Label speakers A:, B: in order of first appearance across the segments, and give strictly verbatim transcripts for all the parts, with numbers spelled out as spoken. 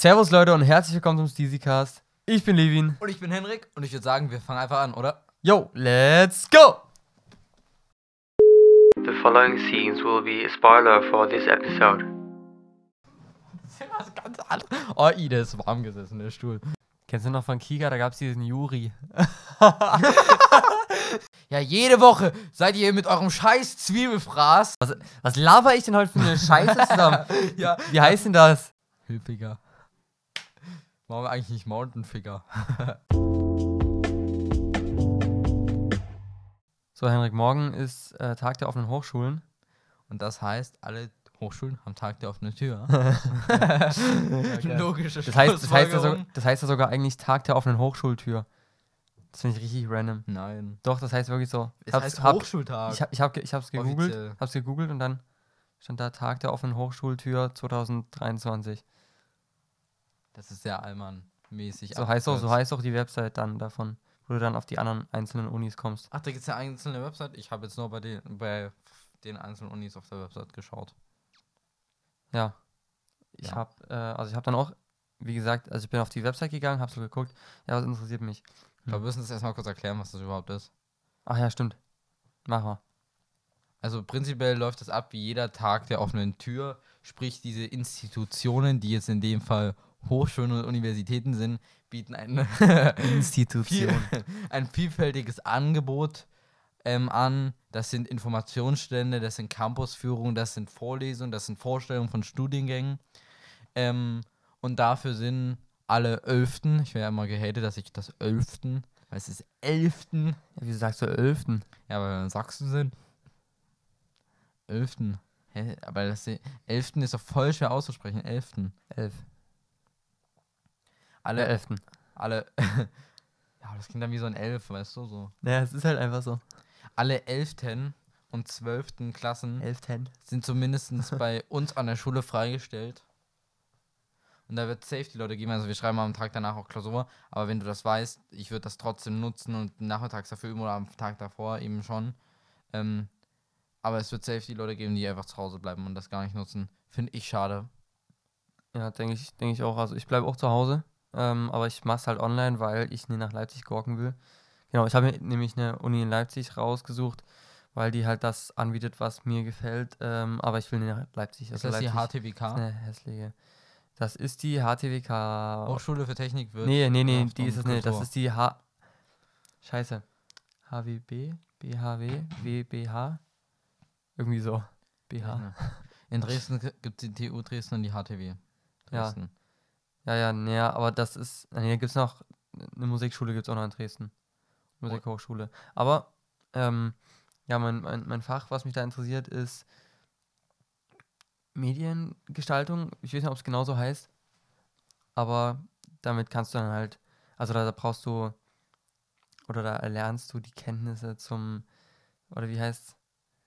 A: Servus Leute und herzlich willkommen zum Steezycast. Ich bin Levin.
B: Und ich bin Henrik und ich würde sagen, wir fangen einfach an, oder?
A: Yo, let's go!
C: The following scenes will be a spoiler for this episode.
A: Was ganz anderes. Oh, Ida ist warm gesessen, der Stuhl. Kennst du noch von Kika? Da gab's diesen Juri.
B: Ja, jede Woche seid ihr mit eurem scheiß Zwiebelfraß.
A: Was, was laber ich denn heute für eine Scheiße zusammen?
B: Ja.
A: Wie heißt denn das?
B: Hüpfiger. Warum eigentlich nicht Mountainfigure?
A: So, Henrik, morgen ist äh, Tag der offenen Hochschulen.
B: Und das heißt, alle Hochschulen haben Tag der offenen Tür.
A: Ja,
B: Logische
A: das heißt, das, heißt ja so,
B: Schlussfolgerung.
A: das heißt ja sogar eigentlich Tag der offenen Hochschultür. Das finde ich richtig random.
B: Nein.
A: Doch, das heißt wirklich so.
B: Es
A: Hab's-
B: heißt
A: hab-
B: Hochschultag.
A: Ich, hab- ich, hab, ge- ich hab's gegoogelt,
B: Offiziell.
A: hab's gegoogelt und dann stand da Tag der offenen Hochschultür zwanzig dreiundzwanzig.
B: Das ist sehr allmann-mäßig.
A: So heißt, auch, so
B: abgekürzt.
A: heißt auch die Website dann davon, wo du dann auf die anderen einzelnen Unis kommst.
B: Ach, da gibt es ja einzelne Website. Ich habe jetzt nur bei den, bei den einzelnen Unis auf der Website geschaut.
A: Ja. Ich
B: Ja.
A: hab, äh, also ich hab dann auch, wie gesagt, also ich bin auf die Website gegangen, hab so geguckt, ja, was interessiert mich?
B: Ich glaube, wir müssen das erstmal kurz erklären, was das überhaupt ist.
A: Ach ja, stimmt. Mach mal.
B: Also prinzipiell läuft das ab wie jeder Tag der offenen Tür. Sprich, diese Institutionen, die jetzt in dem Fall Hochschulen und Universitäten sind, bieten ein,
A: Institution.
B: viel, ein vielfältiges Angebot ähm, an. Das sind Informationsstände, das sind Campusführungen, das sind Vorlesungen, das sind Vorstellungen von Studiengängen. Ähm, und dafür sind alle Elften, ich werde ja immer gehatet, dass ich das Elften, weil es ist Elften,
A: Ja, wieso sagst du Elften?
B: ja, weil wir in Sachsen sind. Elften. Hä? Aber das Elften ist doch voll schwer auszusprechen. Elften.
A: Elf.
B: Alle,
A: Äh, Elften.
B: alle. Ja, das klingt dann wie so ein Elf, weißt du, so.
A: Naja, es ist halt einfach so.
B: Alle Elften und Zwölften Klassen
A: Elften.
B: sind zumindest bei uns an der Schule freigestellt. Und da wird safe die Leute geben. Also wir schreiben am Tag danach auch Klausur. Aber wenn du das weißt, ich würde das trotzdem nutzen und nachmittags dafür üben oder am Tag davor eben schon. Ähm, aber es wird safe die Leute geben, die einfach zu Hause bleiben und das gar nicht nutzen. Finde ich schade.
A: Ja, denke ich, denke ich auch. Also ich bleibe auch zu Hause, ähm, aber ich mache es halt online, weil ich nie nach Leipzig gorken will. Genau, ich habe mir nämlich eine Uni in Leipzig rausgesucht, weil die halt das anbietet, was mir gefällt, ähm, aber ich will nie nach Leipzig.
B: Ist
A: Also
B: das die
A: Leipzig
B: H T W
A: ist
B: K?
A: eine hässliche. Das ist die H T W K.
B: Hochschule für Technik wird.
A: Nee, nee, nee,
B: Wirtschaft
A: die ist
B: und
A: es nicht. Das
B: Kultur.
A: ist die H... Scheiße. H W B? B H W? W B H? Irgendwie so. B H.
B: In Dresden gibt es die T U Dresden und die H T W
A: Ja.
B: Dresden.
A: Ja, ja, nee, aber das ist. Nee, da gibt's noch. Eine Musikschule gibt es auch noch in Dresden. Musikhochschule. Aber, ähm, ja, mein, mein, mein Fach, was mich da interessiert, ist Mediengestaltung. Ich weiß nicht, ob es genauso heißt. Aber damit kannst du dann halt. Also da, da brauchst du. Oder da erlernst du die Kenntnisse zum. Oder wie heißt's?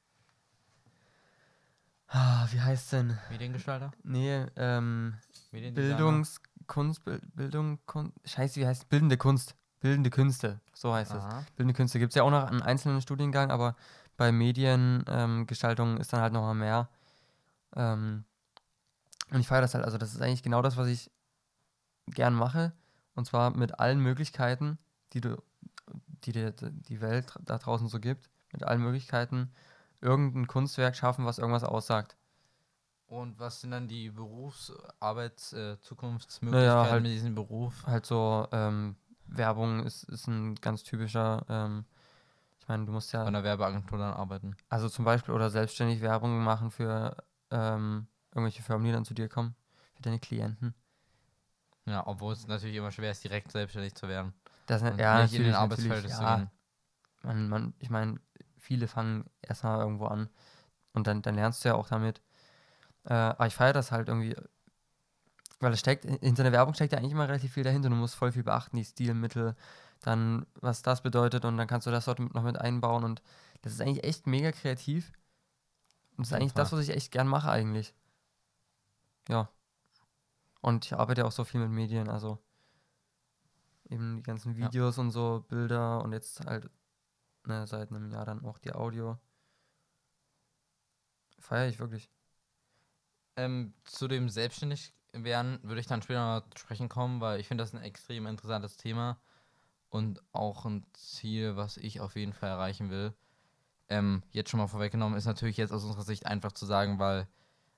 A: Ah, wie heißt denn?
B: Mediengestalter?
A: Nee, ähm.
B: Mediendesigner?
A: Bildungskunst, Bild, Bildung, Kun Scheiße, wie heißt es? Bildende Kunst. Bildende Künste, so heißt es.
B: Aha.
A: Bildende Künste gibt es ja auch noch einen einzelnen Studiengang, aber bei Mediengestaltung ähm, Gestaltung ist dann halt noch mal mehr. Ähm, und ich feiere das halt, also das ist eigentlich genau das, was ich gern mache. Und zwar mit allen Möglichkeiten, die du, die dir die Welt da draußen so gibt, mit allen Möglichkeiten irgendein Kunstwerk schaffen, was irgendwas aussagt.
B: Und was sind dann die Berufs-, Arbeits-, äh, Zukunftsmöglichkeiten
A: Naja, halt-
B: mit diesem Beruf?
A: Halt so, ähm, Werbung ist, ist ein ganz typischer, ähm, ich meine, du musst ja,
B: Bei einer Werbeagentur dann arbeiten.
A: also zum Beispiel, oder selbstständig Werbung machen für ähm, irgendwelche Firmen, die dann zu dir kommen, für deine Klienten.
B: Ja, obwohl es natürlich immer schwer ist, direkt selbstständig zu werden.
A: Das
B: Und
A: ja,
B: nicht in den
A: natürlich,
B: Arbeitsfeld
A: natürlich,
B: zu
A: ja,
B: gehen.
A: man, man, ich meine, viele fangen erstmal irgendwo an und dann, dann lernst du ja auch damit. Äh, aber ich feiere das halt irgendwie, weil es steckt, hinter der Werbung steckt ja eigentlich immer relativ viel dahinter. Du musst voll viel beachten, die Stilmittel, dann was das bedeutet und dann kannst du das dort noch mit einbauen und das ist eigentlich echt mega kreativ. Und das ist
B: Auf jeden
A: eigentlich das,
B: Fall.
A: was ich echt gern mache eigentlich. Ja. Und ich arbeite auch so viel mit Medien, also eben die ganzen
B: Ja.
A: Videos und so, Bilder und jetzt halt ne, seit einem Jahr dann auch die Audio. Feiere ich wirklich.
B: Ähm, zu dem selbstständig wären, würde ich dann später noch zu sprechen kommen, weil ich finde das ein extrem interessantes Thema und auch ein Ziel, was ich auf jeden Fall erreichen will. Ähm, jetzt schon mal vorweggenommen, ist natürlich jetzt aus unserer Sicht einfach zu sagen, weil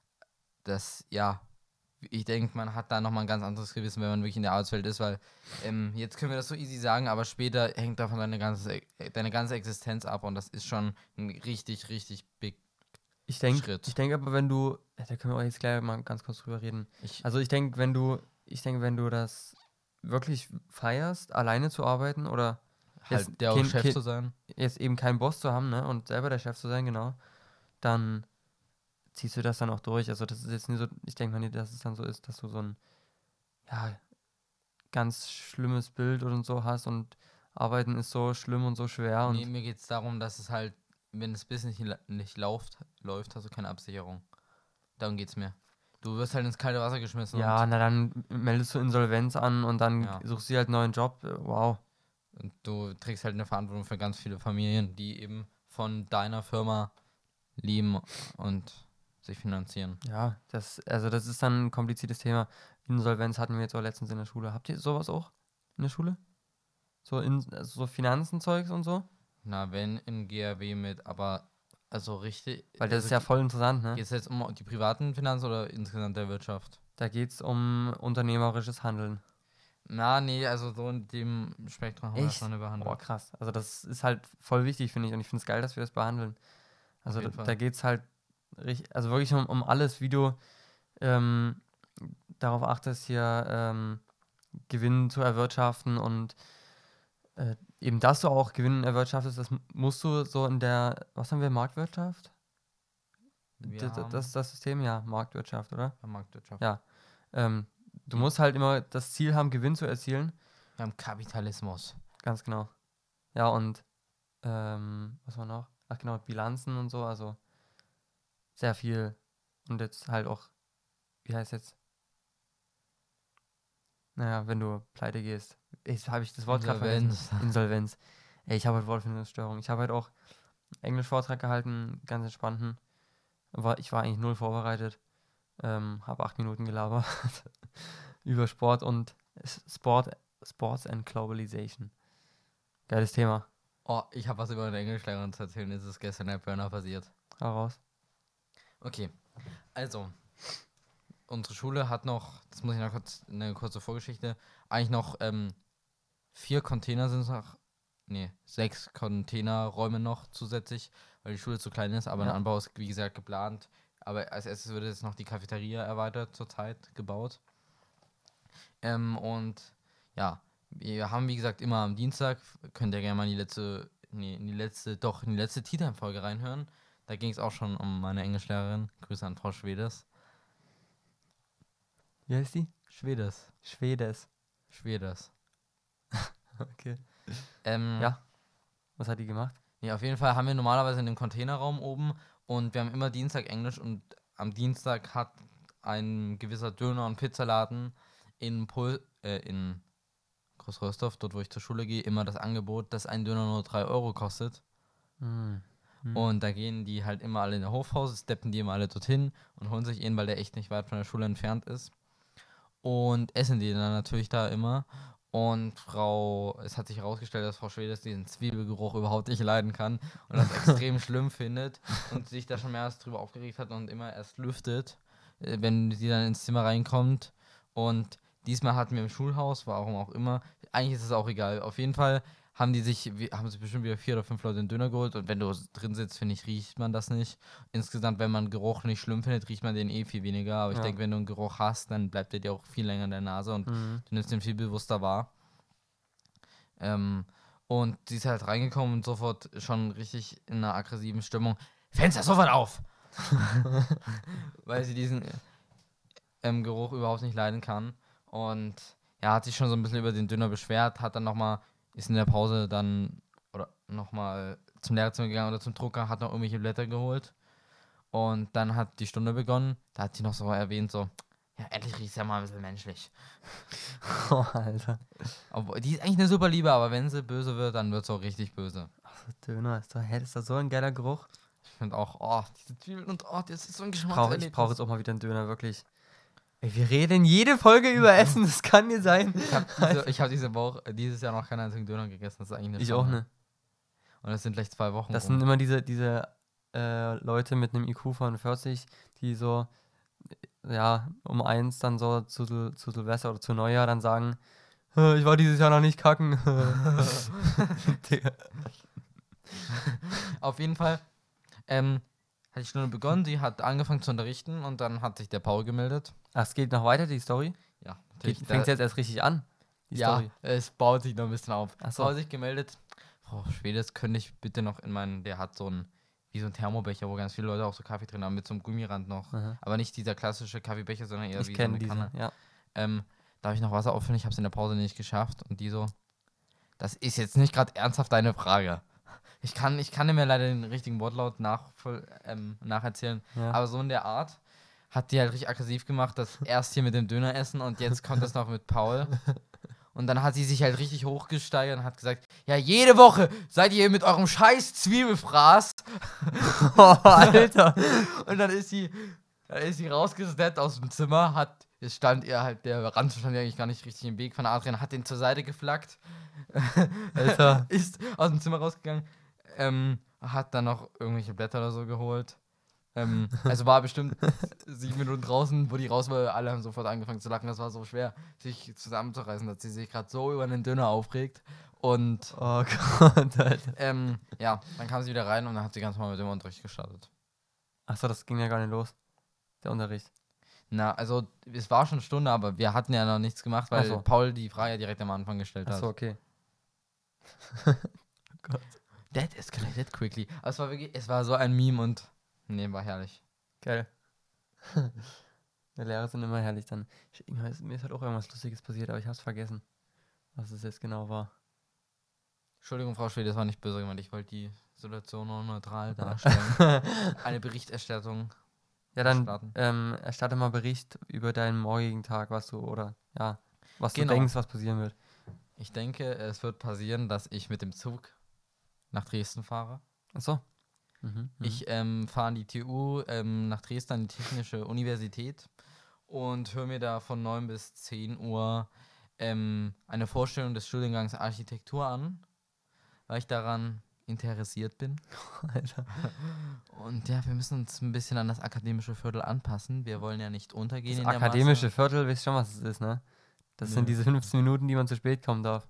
B: das, ja, ich denke, man hat da nochmal ein ganz anderes Gewissen, wenn man wirklich in der Arbeitswelt ist, weil ähm, jetzt können wir das so easy sagen, aber später hängt davon deine ganze, deine ganze Existenz ab und das ist schon ein richtig, richtig big
A: Ich denke,
B: Schritt.
A: ich denke aber, wenn du, ja, da können wir auch jetzt gleich mal ganz kurz drüber reden.
B: Ich,
A: Also ich denke, wenn du, ich denke, wenn du das wirklich feierst, alleine zu arbeiten oder
B: halt
A: jetzt
B: der
A: kein-
B: Chef
A: kein-
B: zu sein.
A: jetzt eben keinen Boss zu haben, ne, und selber der Chef zu sein, genau, dann ziehst du das dann auch durch. Also das ist jetzt nicht so, ich denke mal nicht, dass es dann so ist, dass du so ein, ja, ganz schlimmes Bild und so hast und Arbeiten ist so schlimm und so schwer und
B: Nee, mir geht es darum, dass es halt, wenn das Business nicht, la- nicht läuft, läuft, hast du keine Absicherung. Darum geht's mir. Du wirst halt ins kalte Wasser geschmissen.
A: ja, na dann meldest du Insolvenz an und dann
B: Ja.
A: suchst du dir halt einen neuen Job. Äh, Wow.
B: Und, und du trägst halt eine Verantwortung für ganz viele Familien, die eben von deiner Firma leben und sich finanzieren.
A: Ja, das, also das ist dann ein kompliziertes Thema. Insolvenz hatten wir jetzt auch letztens in der Schule. Habt ihr sowas auch in der Schule? So, in, also so Finanzenzeugs und so?
B: Na, wenn im G R W mit, aber also richtig.
A: Weil das
B: also
A: ist ja
B: ge-
A: voll interessant, ne?
B: Geht's jetzt um die privaten Finanzen oder insgesamt der Wirtschaft?
A: Da geht es um unternehmerisches Handeln.
B: Na, nee, also so in dem Spektrum haben wir das
A: Echt?
B: noch nicht
A: Boah,
B: behandelt.
A: krass. Also das ist halt voll wichtig, finde ich. Und ich finde es geil, dass wir das behandeln. Also da,
B: jeden Fall.
A: da geht es halt richtig, also wirklich um, um alles, wie du ähm, darauf achtest, hier ähm, Gewinn zu erwirtschaften und äh, eben, dass du auch Gewinn erwirtschaftest, das m- musst du so in der, was haben wir, Marktwirtschaft?
B: Wir
A: Das,
B: haben
A: das ist das System, ja, Marktwirtschaft, oder?
B: Marktwirtschaft.
A: Ja. Ähm, du
B: Die-
A: musst halt immer das Ziel haben, Gewinn zu erzielen.
B: Wir haben Kapitalismus.
A: Ganz genau. Ja, und ähm, was war noch? Ach genau, Bilanzen und so, also sehr viel. Und jetzt halt auch, wie heißt jetzt? Naja, wenn du pleite gehst. Jetzt habe ich das Wort gerade vergessen.
B: Insolvenz.
A: Insolvenz. Ey, ich habe halt Wortfindungsstörung. Ich habe halt auch Englisch-Vortrag gehalten, ganz entspannten. War, ich war eigentlich null vorbereitet. Ähm, habe acht Minuten gelabert über Sport und S- Sport, Sports and Globalization. Geiles Thema.
B: Oh, ich habe was über eine Englischlehrerin zu erzählen. Es ist gestern in der Burner passiert.
A: Hau raus.
B: Okay, also, unsere Schule hat noch, das muss ich noch kurz, eine kurze Vorgeschichte, eigentlich noch ähm, vier Container sind es noch, nee, sechs Containerräume noch zusätzlich, weil die Schule zu klein ist, aber
A: Ja.
B: ein Anbau ist, wie gesagt, geplant. Aber als erstes wird jetzt noch die Cafeteria erweitert zurzeit gebaut. Ähm, und ja, wir haben, wie gesagt, immer am Dienstag, könnt ihr gerne mal in die letzte, nee, in die letzte, doch, in die letzte Tea Time Folge reinhören. Da ging es auch schon um meine Englischlehrerin. Grüße an Frau Schwedes.
A: Wie heißt die?
B: Schwedes.
A: Schwedes.
B: Schwedes.
A: Okay.
B: Ähm,
A: Ja. Was hat die gemacht?
B: Nee, auf jeden Fall haben wir normalerweise in dem Containerraum oben und wir haben immer Dienstag Englisch und am Dienstag hat ein gewisser Döner- und Pizzaladen in Pol äh, in Großröstorf, dort wo ich zur Schule gehe, immer das Angebot, dass ein Döner nur drei Euro kostet.
A: Hm. Hm.
B: Und da gehen die halt immer alle in der Hofpause, steppen die immer alle dorthin und holen sich ihn, weil der echt nicht weit von der Schule entfernt ist. Und essen die dann natürlich da immer. Und Frau, es hat sich herausgestellt, dass Frau Schwedes diesen Zwiebelgeruch überhaupt nicht leiden kann und das extrem schlimm findet und sich da schon mehr als drüber aufgeregt hat und immer erst lüftet, äh, wenn sie dann ins Zimmer reinkommt. Und diesmal hatten wir im Schulhaus, warum auch immer, eigentlich ist es auch egal. Auf jeden Fall haben die sich, wie- haben sich bestimmt wieder vier oder fünf Leute den Döner geholt und wenn du drin sitzt, finde ich, riecht man das nicht. Insgesamt, wenn man Geruch nicht schlimm findet, riecht man den eh viel weniger. Aber ich
A: Ja.
B: denke, wenn du einen Geruch hast, dann bleibt der dir auch viel länger in der Nase und
A: Mhm.
B: du nimmst den viel bewusster wahr. Ähm, und sie ist halt reingekommen und sofort schon richtig in einer aggressiven Stimmung. Fenster sofort auf! Weil sie diesen ähm, Geruch überhaupt nicht leiden kann. Und ja, hat sich schon so ein bisschen über den Döner beschwert, hat dann nochmal, ist in der Pause dann oder nochmal zum Lehrerzimmer gegangen oder zum Drucker, hat noch irgendwelche Blätter geholt. Und dann hat die Stunde begonnen. Da hat sie noch so erwähnt, so, ja, endlich riecht es ja mal ein bisschen menschlich.
A: Oh, Alter.
B: Obwohl, die ist eigentlich eine super Liebe, aber wenn sie böse wird, dann wird sie auch richtig böse.
A: Ach, so Döner ist doch, hä, ist das so ein geiler Geruch?
B: Ich finde auch, oh, diese Zwiebeln und oh, das ist so ein
A: Ich
B: Geschmack.
A: brauche ich brauch jetzt auch mal wieder einen Döner, wirklich. Ey, wir reden jede Folge über Essen, das kann nicht sein.
B: Ich habe diese, ich hab diese Woche, dieses Jahr noch keinen einzigen Döner gegessen. Das ist eigentlich eine
A: Ich auch
B: Schande.
A: nicht.
B: Und es sind gleich zwei Wochen
A: Das
B: rum.
A: sind immer diese, diese äh, Leute mit einem I Q von vierzig, die so, äh, ja, um eins dann so zu, Sil- zu Silvester oder zu Neujahr dann sagen, "Äh, ich war dieses Jahr noch nicht kacken." Digga.
B: Auf jeden Fall ähm, hat die Stunde begonnen, sie hat angefangen zu unterrichten und dann hat sich der Paul gemeldet.
A: Ach, es geht noch weiter, die Story?
B: Ja,
A: Geht,
B: natürlich.
A: fängt
B: der-
A: jetzt erst richtig an, die
B: ja,
A: Story.
B: es baut sich noch ein bisschen auf.
A: Ach so.
B: Paul hat sich gemeldet. Frau Schwedes, könnte ich bitte noch in meinen, der hat so ein, wie so ein Thermobecher, wo ganz viele Leute auch so Kaffee drin haben, mit so einem Gummirand noch.
A: Aha.
B: Aber nicht dieser klassische Kaffeebecher, sondern eher
A: Ich
B: wie so
A: kenne
B: eine
A: diese,
B: Kanne.
A: ja.
B: Ähm, darf ich noch Wasser auffüllen? Ich habe es in der Pause nicht geschafft. Und die so, das ist jetzt nicht gerade ernsthaft deine Frage. Ich kann, ich kann dir mir leider den richtigen Wortlaut nachvoll, ähm, nacherzählen.
A: Ja.
B: Aber so in der Art hat die halt richtig aggressiv gemacht, dass erst hier mit dem Döner essen und jetzt kommt das noch mit Paul. Und dann hat sie sich halt richtig hochgesteigert und hat gesagt, ja, jede Woche seid ihr mit eurem scheiß Zwiebelfraß.
A: Oh, Alter.
B: Und dann ist sie, dann ist sie rausgesteppt aus dem Zimmer, hat, es stand ihr halt, der Rand stand ja eigentlich gar nicht richtig im Weg von Adrian, hat den zur Seite geflackt,
A: Alter.
B: ist aus dem Zimmer rausgegangen, ähm, hat dann noch irgendwelche Blätter oder so geholt. Ähm, also war bestimmt sieben Minuten draußen, wo die raus war, alle haben sofort angefangen zu lachen. Das war so schwer, sich zusammenzureißen, dass sie sich gerade so über einen Döner aufregt. Und
A: Oh Gott, Alter.
B: ähm, ja, dann kam sie wieder rein und dann hat sie ganz normal mit dem Unterricht gestartet.
A: Achso, das ging ja gar nicht los, der Unterricht.
B: Na, also es war schon eine Stunde, aber wir hatten ja noch nichts gemacht, weil
A: Ach so.
B: Paul die Frage direkt am Anfang gestellt
A: Achso,
B: hat.
A: okay.
B: That escalated quickly. Aber es war wirklich, es war so ein Meme und nee, war herrlich.
A: Geil. Die Lehrer sind immer herrlich dann. Ich, ich weiß, mir ist halt auch irgendwas Lustiges passiert, aber ich hab's vergessen, was es jetzt genau war.
B: Entschuldigung, Frau Schwede, das war nicht böse gemeint. Ich wollte die Situation nur neutral darstellen. Eine Berichterstattung.
A: Ja, dann
B: starten.
A: ähm, erstatte mal Bericht über deinen morgigen Tag, was du, oder, ja, was
B: Genau.
A: du denkst, was passieren wird.
B: Ich denke, es wird passieren, dass ich mit dem Zug nach Dresden fahre.
A: Achso. Mhm, mhm.
B: Ich ähm, fahre an die T U ähm, nach Dresden, an die Technische Universität und höre mir da von neun bis zehn Uhr ähm, eine Vorstellung des Studiengangs Architektur an, weil ich daran interessiert bin.
A: Alter.
B: Und ja, wir müssen uns ein bisschen an das akademische Viertel anpassen. Wir wollen ja nicht untergehen
A: Das
B: in der
A: akademische
B: Masse.
A: Viertel, weißt schon, was es ist, ne? Das sind
B: Nö.
A: diese fünfzehn Minuten, die man zu spät kommen darf.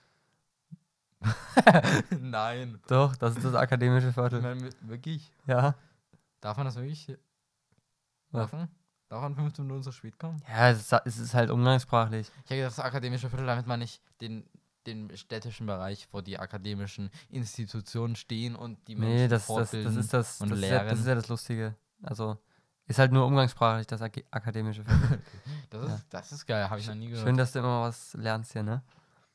B: Nein.
A: Doch, das ist das akademische
B: Ich
A: Viertel.
B: meine, wirklich?
A: Ja.
B: Darf man das wirklich
A: Was?
B: machen? Darf man fünfzehn Minuten zu spät kommen?
A: Ja, es ist, es ist halt umgangssprachlich.
B: Ich habe gedacht, das akademische Viertel, damit man nicht den, den städtischen Bereich, wo die akademischen Institutionen stehen und die Menschen
A: Nee, das, das,
B: fortbilden.
A: das ist das,
B: und
A: das, ist ja, das
B: lehren.
A: ist ja das Lustige. Also, ist halt nur umgangssprachlich, das Ak- akademische Viertel.
B: Das ist, das ist geil, habe ich noch nie gehört.
A: Schön, dass du immer was lernst hier, ne?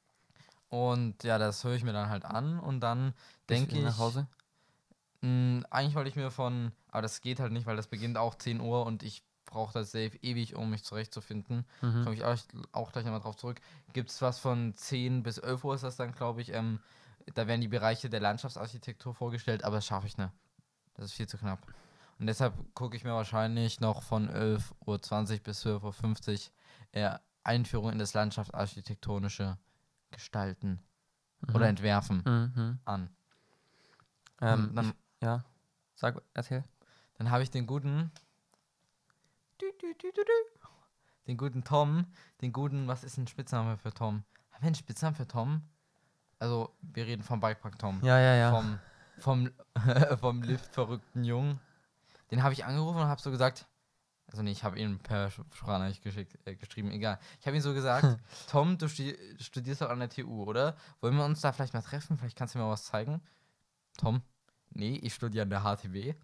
B: Und ja, das höre ich mir dann halt an und dann
A: Bist
B: denke
A: du
B: ich,
A: nach Hause?
B: mh, eigentlich wollte ich mir von, aber das geht halt nicht, weil das beginnt auch zehn Uhr und ich brauche das safe ewig, um mich zurechtzufinden.
A: Mhm.
B: Komme ich auch, auch gleich nochmal drauf zurück. Gibt es was von zehn bis elf Uhr ist das dann, glaube ich. Ähm, da werden die Bereiche der Landschaftsarchitektur vorgestellt, aber das schaffe ich nicht. Das ist viel zu knapp. Und deshalb gucke ich mir wahrscheinlich noch von elf Uhr zwanzig bis zwölf Uhr fünfzig äh, Einführung in das landschaftsarchitektonische Gestalten
A: Mhm.
B: oder Entwerfen
A: Mhm.
B: an.
A: Ähm,
B: Und dann,
A: ich, ja, sag, erzähl.
B: dann habe ich den guten du, du, du, du, du, den guten Tom, den guten, was ist ein Spitzname für Tom? Haben wir einen Spitznamen für Tom? Also, wir reden vom Bikepark Tom.
A: Ja, ja, ja.
B: Vom, vom, vom Lift-verrückten Jungen. Den habe ich angerufen und habe so gesagt, also nee, ich habe ihn per Sprachnachricht geschickt, äh, geschrieben, egal. Ich habe ihm so gesagt, Tom, du sti- studierst doch an der T U, oder? Wollen wir uns da vielleicht mal treffen? Vielleicht kannst du mir was zeigen. Tom, nee, ich studiere an der H T W.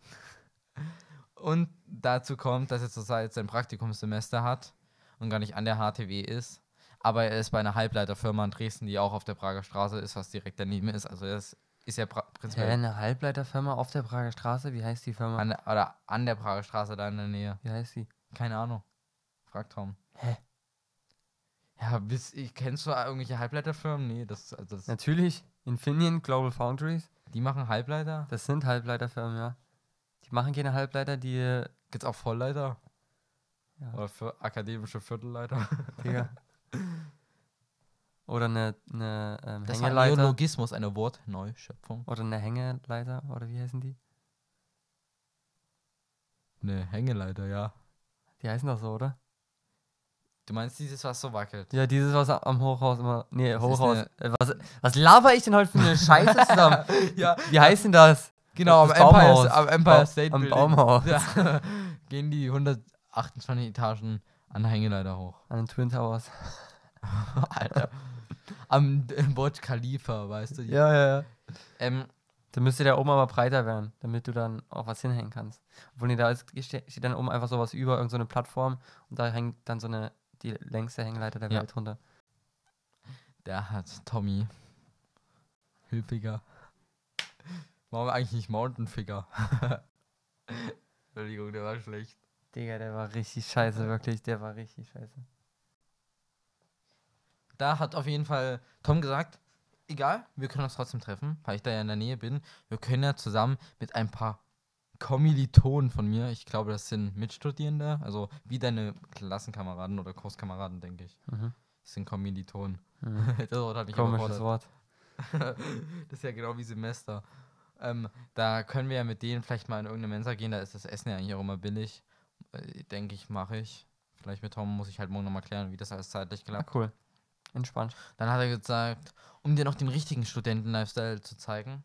B: Und dazu kommt, dass er zurzeit sein Praktikumssemester hat und gar nicht an der H T W ist. Aber er ist bei einer Halbleiterfirma in Dresden, die auch auf der Prager Straße ist, was direkt daneben ist. Also er ist, ist ja pra-
A: Hä,
B: prinzipiell
A: eine Halbleiterfirma auf der Prager Straße? Wie heißt die Firma?
B: an, der- oder an der Prager Straße da in der Nähe.
A: Wie heißt die?
B: Keine Ahnung. Frag Tom.
A: Hä?
B: Ja, bis, ich, kennst du irgendwelche Halbleiterfirmen? Nee, das, also das,
A: Natürlich, Infineon Global Foundries.
B: die machen Halbleiter.
A: Das sind Halbleiterfirmen, ja. Die machen keine Halbleiter, die,
B: Gibt's auch Vollleiter?
A: Ja,
B: Oder für akademische Viertelleiter.
A: Digga. Oder eine, eine ähm,
B: Das war ein
A: Hängeleiter.
B: Neologismus, eine Wortneuschöpfung.
A: Oder eine Hängeleiter. Oder wie heißen die?
B: Eine Hängeleiter, ja.
A: Die heißen doch so, oder?
B: Du meinst dieses, was so wackelt?
A: Ja, dieses, was am Hochhaus immer. Nee,
B: Das ist
A: Hochhaus.
B: eine-
A: Äh, was, was laber ich denn heute für eine Scheiße zusammen?
B: Ja,
A: Wie heißt denn das?
B: genau, am
A: Das
B: Empire,
A: Baumhaus.
B: am Empire
A: Ba-
B: State
A: am
B: Building.
A: Baumhaus.
B: Ja, gehen die hundertachtundzwanzig Etagen an der Hängeleiter hoch.
A: An den Twin Towers.
B: Alter. Am äh, Burj Khalifa, weißt du? die-
A: Ja, ja, ja.
B: Ähm,
A: Dann müsste der oben aber breiter werden, damit du dann auch was hinhängen kannst. Obwohl, nee, da ist, steht steht dann oben einfach sowas über, irgendeine so eine Plattform und da hängt dann so eine, die längste Hängeleiter der
B: Ja.
A: Welt runter.
B: der hat Tommy Hilfiger. Warum eigentlich nicht Mountain Figure? Entschuldigung, der war schlecht.
A: Digga, der war richtig scheiße, wirklich, der war richtig scheiße.
B: Da hat auf jeden Fall Tom gesagt, egal, wir können uns trotzdem treffen, weil ich da ja in der Nähe bin. Wir können ja zusammen mit ein paar Kommilitonen von mir, ich glaube, das sind Mitstudierende, also wie deine Klassenkameraden oder Kurskameraden, denke ich.
A: Mhm.
B: Das sind Kommilitonen.
A: Mhm.
B: Das Wort hat mich
A: Komisches
B: überfordert.
A: Wort.
B: Das ist ja genau wie Semester. Ähm, da können wir ja mit denen vielleicht mal in irgendeine Mensa gehen, da ist das Essen ja eigentlich auch immer billig. Äh, denke ich, mache ich. Vielleicht mit Tom muss ich halt morgen nochmal klären, wie das alles zeitlich
A: Ah,
B: klappt.
A: cool. Entspannt.
B: Dann hat er gesagt, um dir noch den richtigen Studenten-Lifestyle zu zeigen,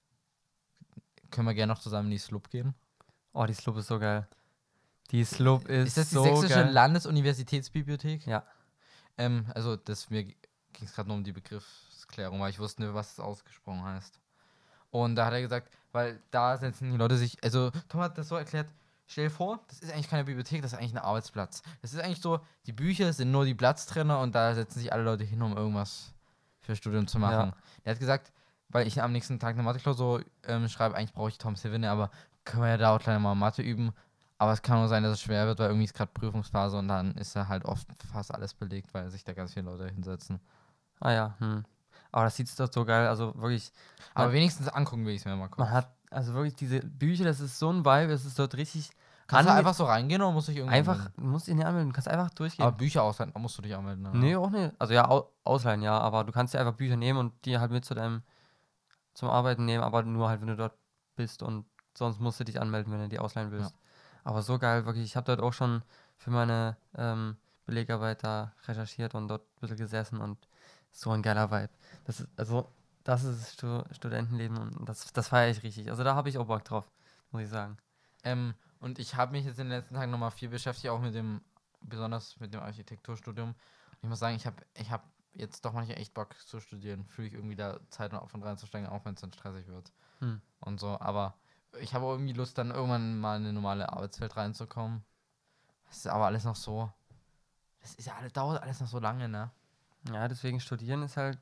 B: können wir gerne noch zusammen in die Slup gehen.
A: Oh, die Slup ist so geil. Die Slup ist,
B: Ist das die
A: so
B: Sächsische
A: geil.
B: Landesuniversitätsbibliothek?
A: Ja.
B: Ähm, also, das, mir ging es gerade nur um die Begriffsklärung, weil ich wusste nicht, was es ausgesprochen heißt. Und da hat er gesagt, weil da setzen die Leute sich, also Tom hat das so erklärt, stell dir vor, das ist eigentlich keine Bibliothek, das ist eigentlich ein Arbeitsplatz. Das ist eigentlich so, die Bücher sind nur die Platztrenner und da setzen sich alle Leute hin, um irgendwas für Studium zu machen. Der hat gesagt, weil ich am nächsten Tag eine Mathe-Klausur ähm, schreibe, eigentlich brauche ich Tom Savine, aber können wir ja da auch gleich mal Mathe üben. Aber es kann nur sein, dass es schwer wird, weil irgendwie ist gerade Prüfungsphase und dann ist da halt oft fast alles belegt, weil sich da ganz viele Leute hinsetzen.
A: Ah ja, hm. Aber das sieht doch so geil, also wirklich,
B: Aber
A: Man-
B: wenigstens angucken will ich es mir mal kurz.
A: man hat, also wirklich diese Bücher, das ist so ein Vibe, es ist dort richtig,
B: Kannst du
A: ange-
B: einfach so reingehen oder muss ich irgendwie
A: einfach,
B: anmelden?
A: du musst dich nicht anmelden, du kannst einfach durchgehen.
B: Aber Bücher ausleihen, da musst du dich anmelden. Ne?
A: Nee, auch nicht. Also ja, au ausleihen, ja, aber du kannst dir einfach Bücher nehmen und die halt mit zu deinem, zum Arbeiten nehmen, aber nur halt, wenn du dort bist und sonst musst du dich anmelden, wenn du die ausleihen willst. Aber so geil, wirklich, ich habe dort auch schon für meine ähm, Belegarbeit da recherchiert und dort ein bisschen gesessen und so ein geiler Vibe. Das ist, also, das ist Stu Studentenleben und das, das feiere ich richtig. Also da habe ich auch Bock drauf, muss ich sagen.
B: Ähm, und ich habe mich jetzt in den letzten Tagen nochmal viel beschäftigt, auch mit dem, besonders mit dem Architekturstudium. Und ich muss sagen, ich habe ich hab jetzt doch manchmal echt Bock zu studieren. Fühle ich irgendwie da Zeit und Aufwand reinzusteigen, auch wenn es dann stressig wird.
A: Hm.
B: Und so, aber ich habe auch irgendwie Lust, dann irgendwann mal in eine normale Arbeitswelt reinzukommen. Das ist aber alles noch so, das ist ja alles, dauert alles noch so lange, ne?
A: Ja, deswegen studieren ist halt,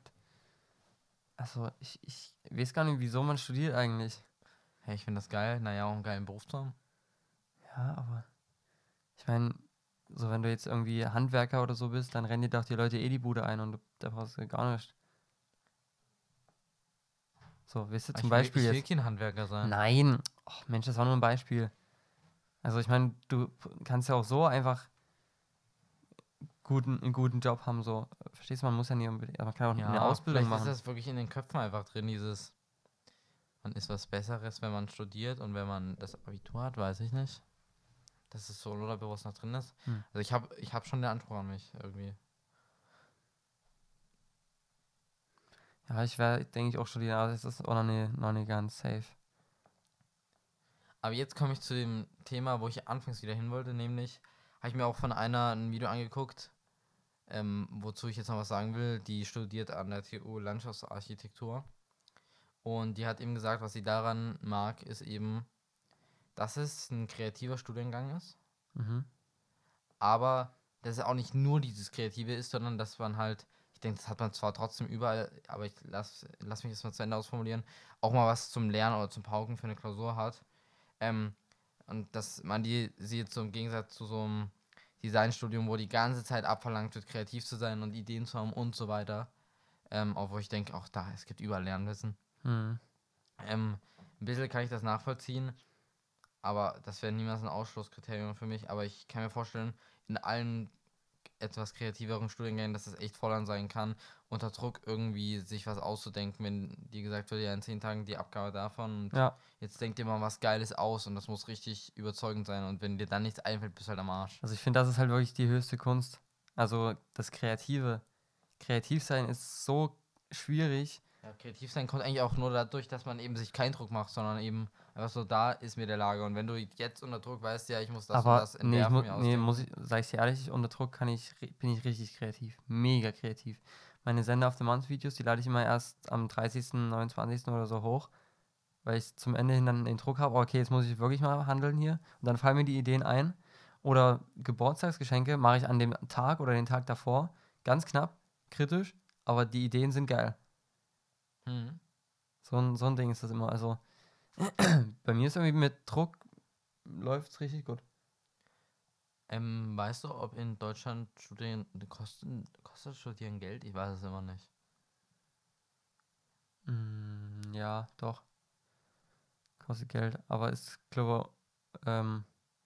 A: also ich, ich weiß gar nicht, wieso man studiert eigentlich.
B: Hey, ich finde das geil, naja, auch einen geilen Beruf zu haben.
A: Ja, aber ich meine, so wenn du jetzt irgendwie Handwerker oder so bist, dann rennen dir doch die Leute eh die Bude ein und du, da brauchst du gar nicht. So, weißt du,
B: Aber
A: zum
B: ich will,
A: Beispiel
B: ich will
A: jetzt.
B: kein Handwerker sein.
A: Nein, ach Mensch, das war nur ein Beispiel. Also ich meine, du p- kannst ja auch so einfach guten, einen guten Job haben, so. Verstehst du, man muss ja nicht unbedingt, man kann auch eine Ausbildung
B: vielleicht
A: machen.
B: ist das wirklich in den Köpfen einfach drin, dieses, man ist was Besseres, wenn man studiert und wenn man das Abitur hat, weiß ich nicht. Dass es so unterbewusst noch drin ist.
A: Hm.
B: Also ich habe ich hab schon den Anspruch an mich irgendwie.
A: Ja, ich werde, denke ich, auch studieren, aber das ist auch noch nicht, noch nicht ganz safe.
B: Aber jetzt komme ich zu dem Thema, wo ich anfangs wieder hin wollte, nämlich habe ich mir auch von einer ein Video angeguckt, ähm, wozu ich jetzt noch was sagen will. Die studiert an der T U Landschaftsarchitektur. Und die hat eben gesagt, was sie daran mag, ist eben, dass es ein kreativer Studiengang ist.
A: Mhm.
B: Aber dass es auch nicht nur dieses Kreative ist, sondern dass man halt, ich denke, das hat man zwar trotzdem überall, aber ich lass, lass mich das mal zu Ende ausformulieren, auch mal was zum Lernen oder zum Pauken für eine Klausur hat. Ähm, und dass man die, sie jetzt so im Gegensatz zu so einem Designstudium, wo die ganze Zeit abverlangt wird, kreativ zu sein und Ideen zu haben und so weiter. Ähm, auch wo ich denke, auch da, es gibt überall Lernwissen.
A: Mhm.
B: Ähm, ein bisschen kann ich das nachvollziehen, aber das wäre niemals ein Ausschlusskriterium für mich. Aber ich kann mir vorstellen, in allen etwas kreativeren Studiengängen, dass das echt fordernd sein kann, unter Druck irgendwie sich was auszudenken, wenn dir gesagt wird, ja, in zehn Tagen die Abgabe davon und
A: Ja,
B: jetzt denk dir mal was Geiles aus und das muss richtig überzeugend sein und wenn dir dann nichts einfällt, bist du halt am Arsch.
A: also ich finde, das ist halt wirklich die höchste Kunst. Also das Kreative. Kreativ sein ist so schwierig.
B: Ja, kreativ sein kommt eigentlich auch nur dadurch, dass man eben sich keinen Druck macht, sondern eben einfach so, da ist mir der Lage und wenn du jetzt unter Druck weißt, ja, ich muss das und
A: Aber
B: das
A: nee, ich
B: entwerfen,
A: mu
B: mir
A: nee,
B: ausdenken.
A: muss ich, sag ich dir ehrlich, unter Druck kann ich, ri- bin ich richtig kreativ. Mega kreativ. Meine Sender auf the Month Videos, die lade ich immer erst am dreißigsten, neunundzwanzigsten oder so hoch, weil ich zum Ende hin dann den Druck habe, okay, jetzt muss ich wirklich mal handeln hier. Und dann fallen mir die Ideen ein. Oder Geburtstagsgeschenke mache ich an dem Tag oder den Tag davor. Ganz knapp, kritisch, aber die Ideen sind geil.
B: Hm.
A: So ein, so ein Ding ist das immer. Also bei mir ist irgendwie mit Druck läuft es richtig gut.
B: Ähm, weißt du, ob in Deutschland Studieren kosten, kostet Studieren Geld? Ich weiß es immer nicht.
A: Mm, ja, doch. Kostet Geld. Aber ist, glaube ähm,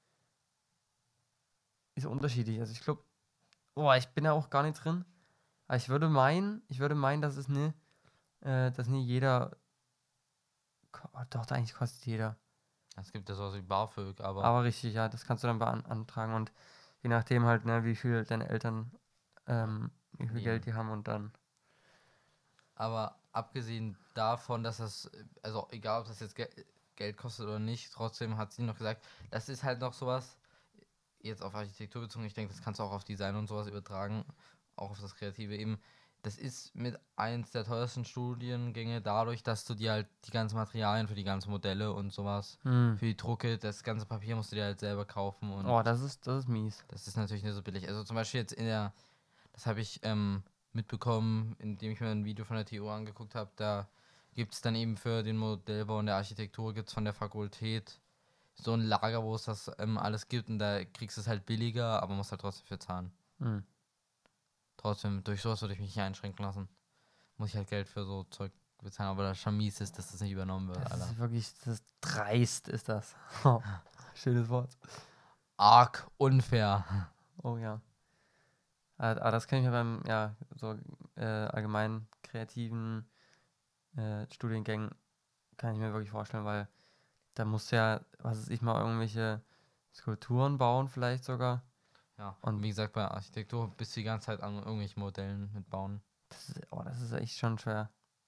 A: ist unterschiedlich. Also ich glaube, oh, ich bin da auch gar nicht drin. Aber ich würde meinen, ich würde meinen, dass es ne, äh, dass nie jeder. ko- oh, Doch, eigentlich kostet jeder.
B: Es gibt ja sowas wie BAföG, aber
A: Aber richtig, ja, das kannst du dann beantragen. Und je nachdem halt, ne, wie viel deine Eltern, ähm, wie viel Geld
B: Nehmen.
A: die haben und dann.
B: Aber abgesehen davon, dass das, äh, also egal ob das jetzt Gel Geld kostet oder nicht, trotzdem hat sie noch gesagt, das ist halt noch sowas, jetzt auf Architektur bezogen, ich denke, das kannst du auch auf Design und sowas übertragen, auch auf das Kreative eben. Das ist mit eins der teuersten Studiengänge dadurch, dass du dir halt die ganzen Materialien für die ganzen Modelle und sowas,
A: Hm.
B: für die Drucke, das ganze Papier musst du dir halt selber kaufen und
A: Oh, das ist, das ist mies.
B: das ist natürlich nicht so billig. Also zum Beispiel jetzt in der, das habe ich ähm, mitbekommen, indem ich mir ein Video von der T U angeguckt habe, da gibt es dann eben für den Modellbau und der Architektur gibt es von der Fakultät so ein Lager, wo es das ähm, alles gibt und da kriegst du es halt billiger, aber musst halt trotzdem für zahlen.
A: Hm.
B: Trotzdem, durch sowas würde ich mich nicht einschränken lassen. Muss ich halt Geld für so Zeug bezahlen, aber das schon mies ist, dass das nicht übernommen wird,
A: Das
B: Alter.
A: ist wirklich, das ist dreist, ist das. Schönes Wort.
B: Arg unfair.
A: Oh ja. Aber aber das kann ich mir beim, ja, so äh, allgemein kreativen äh, Studiengängen, kann ich mir wirklich vorstellen, weil da musst du ja, was weiß ich, mal irgendwelche Skulpturen bauen, vielleicht sogar.
B: Ja,
A: Und
B: und wie gesagt, bei Architektur bist du die ganze Zeit an irgendwelchen Modellen mitbauen.
A: das ist, oh, das ist echt schon schwer.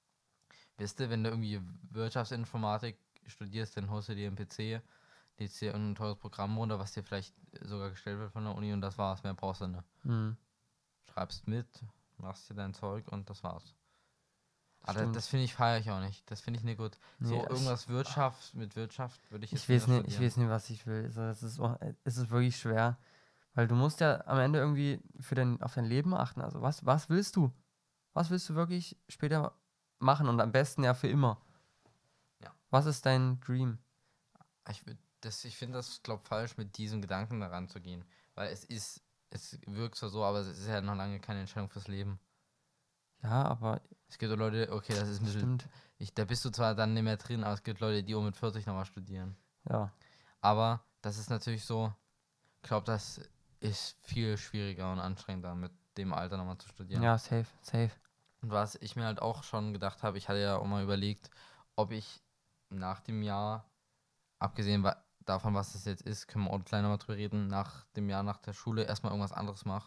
B: Weißt du, wenn du irgendwie Wirtschaftsinformatik studierst, dann holst du dir einen P C, lädst dir irgendein teures Programm runter, was dir vielleicht sogar gestellt wird von der Uni und das war's. Mehr brauchst du nicht.
A: Hm,
B: Schreibst mit, machst dir dein Zeug und das war's. Aber
A: stimmt.
B: das finde ich feiere ich auch nicht. Das finde ich nicht gut. So
A: Nee, ich,
B: irgendwas Wirtschaft, mit Wirtschaft würde ich jetzt
A: ich weiß
B: nicht
A: nicht, ich
B: studieren.
A: weiß nicht, was ich will. Also, es ist, oh, es ist wirklich schwer. Weil du musst ja am Ende irgendwie für dein, auf dein Leben achten. Also was, was willst du? Was willst du wirklich später machen und am besten ja für immer?
B: Ja.
A: Was ist dein Dream?
B: Ich, würd- das, ich finde das, glaube falsch, mit diesem Gedanken daran zu gehen. Weil es ist, es wirkt zwar so, aber es ist ja noch lange keine Entscheidung fürs Leben.
A: Ja, aber
B: Es gibt auch Leute, okay, das ist ein bisschen,
A: stimmt.
B: ich, da bist du zwar dann nicht mehr drin, aber es gibt Leute, die um mit vierzig nochmal studieren.
A: Ja.
B: Aber das ist natürlich so, ich glaube, das ist viel schwieriger und anstrengender, mit dem Alter nochmal zu studieren.
A: Ja, safe, safe.
B: Und was ich mir halt auch schon gedacht habe, ich hatte ja auch mal überlegt, ob ich nach dem Jahr, abgesehen wa- davon, was das jetzt ist, können wir auch gleich nochmal drüber reden, nach dem Jahr nach der Schule erstmal irgendwas anderes mache.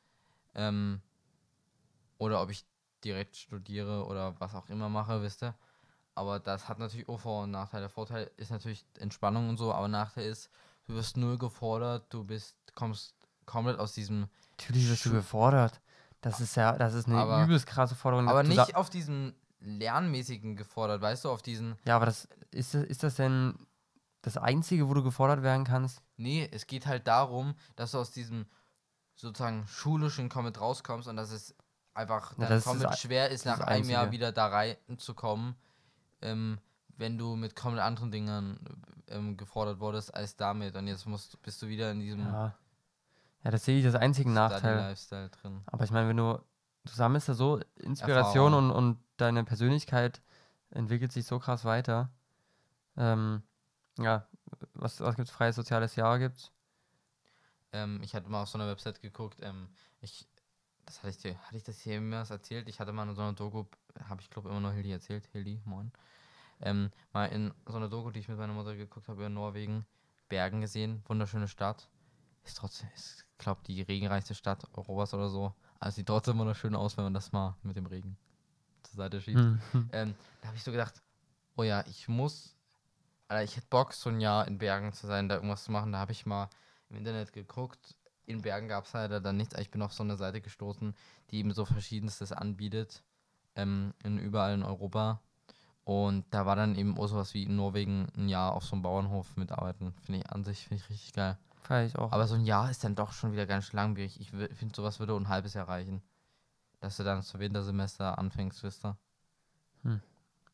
B: Ähm, oder ob ich direkt studiere oder was auch immer mache, wisst ihr. Aber das hat natürlich auch Vor- und Nachteile. Der Vorteil ist natürlich Entspannung und so, aber Nachteil ist, du wirst null gefordert, du bist, kommst komplett aus diesem,
A: Natürlich wirst du
B: Schu-
A: gefordert. Das ist ja, das ist eine
B: aber,
A: übelst krasse Forderung.
B: aber
A: Du sa-
B: nicht auf diesem lernmäßigen gefordert, weißt du, auf diesen,
A: Ja, aber das ist, das- ist das denn das Einzige, wo du gefordert werden kannst?
B: nee, es geht halt darum, dass du aus diesem sozusagen schulischen Comment rauskommst und dass es einfach
A: Ja,
B: dann
A: das ist
B: komplett
A: das Ei-
B: schwer ist,
A: das ist
B: nach
A: das
B: einem Jahr
A: Einzige.
B: wieder da reinzukommen, ähm, wenn du mit komplett anderen Dingen ähm, gefordert wurdest als damit und jetzt musst, bist du wieder in diesem
A: Ja. Ja, das sehe ich als einzigen Nachteil.
B: Study-Lifestyle drin.
A: Aber ich meine, wenn du, du sammelst ja so Inspiration
B: Erfahrung.
A: und, und deine Persönlichkeit entwickelt sich so krass weiter. Ähm, ja, was, was gibt's? Freies soziales Jahr gibt's.
B: Ähm, ich hatte mal auf so einer Website geguckt, ähm, ich, das hatte ich dir, hatte ich das hier jemals erzählt? Ich hatte mal in so einer Doku, habe ich glaube immer noch Hildi erzählt, Hildi, moin. Ähm, mal in so einer Doku, die ich mit meiner Mutter geguckt habe, in Norwegen, Bergen gesehen, wunderschöne Stadt. Ist trotzdem, ist, glaube die regenreichste Stadt Europas oder so. Also sieht trotzdem wunderschön aus, wenn man das mal mit dem Regen zur Seite schiebt.
A: Mhm.
B: Ähm, da habe ich so gedacht, oh ja, ich muss, Alter, ich hätte Bock, so ein Jahr in Bergen zu sein, da irgendwas zu machen. Da habe ich mal im Internet geguckt. In Bergen gab es leider dann nichts. Ich bin auf so eine Seite gestoßen, die eben so Verschiedenstes anbietet. Ähm, in überall in Europa. Und da war dann eben auch sowas wie in Norwegen ein Jahr auf so einem Bauernhof mitarbeiten. Finde ich an sich, finde ich richtig geil.
A: Feier ich auch.
B: Aber so ein Jahr ist dann doch schon wieder ganz schön langwierig. Ich finde, sowas würde ein halbes Jahr reichen. Dass du dann zu Wintersemester anfängst, wisst ihr?
A: Hm.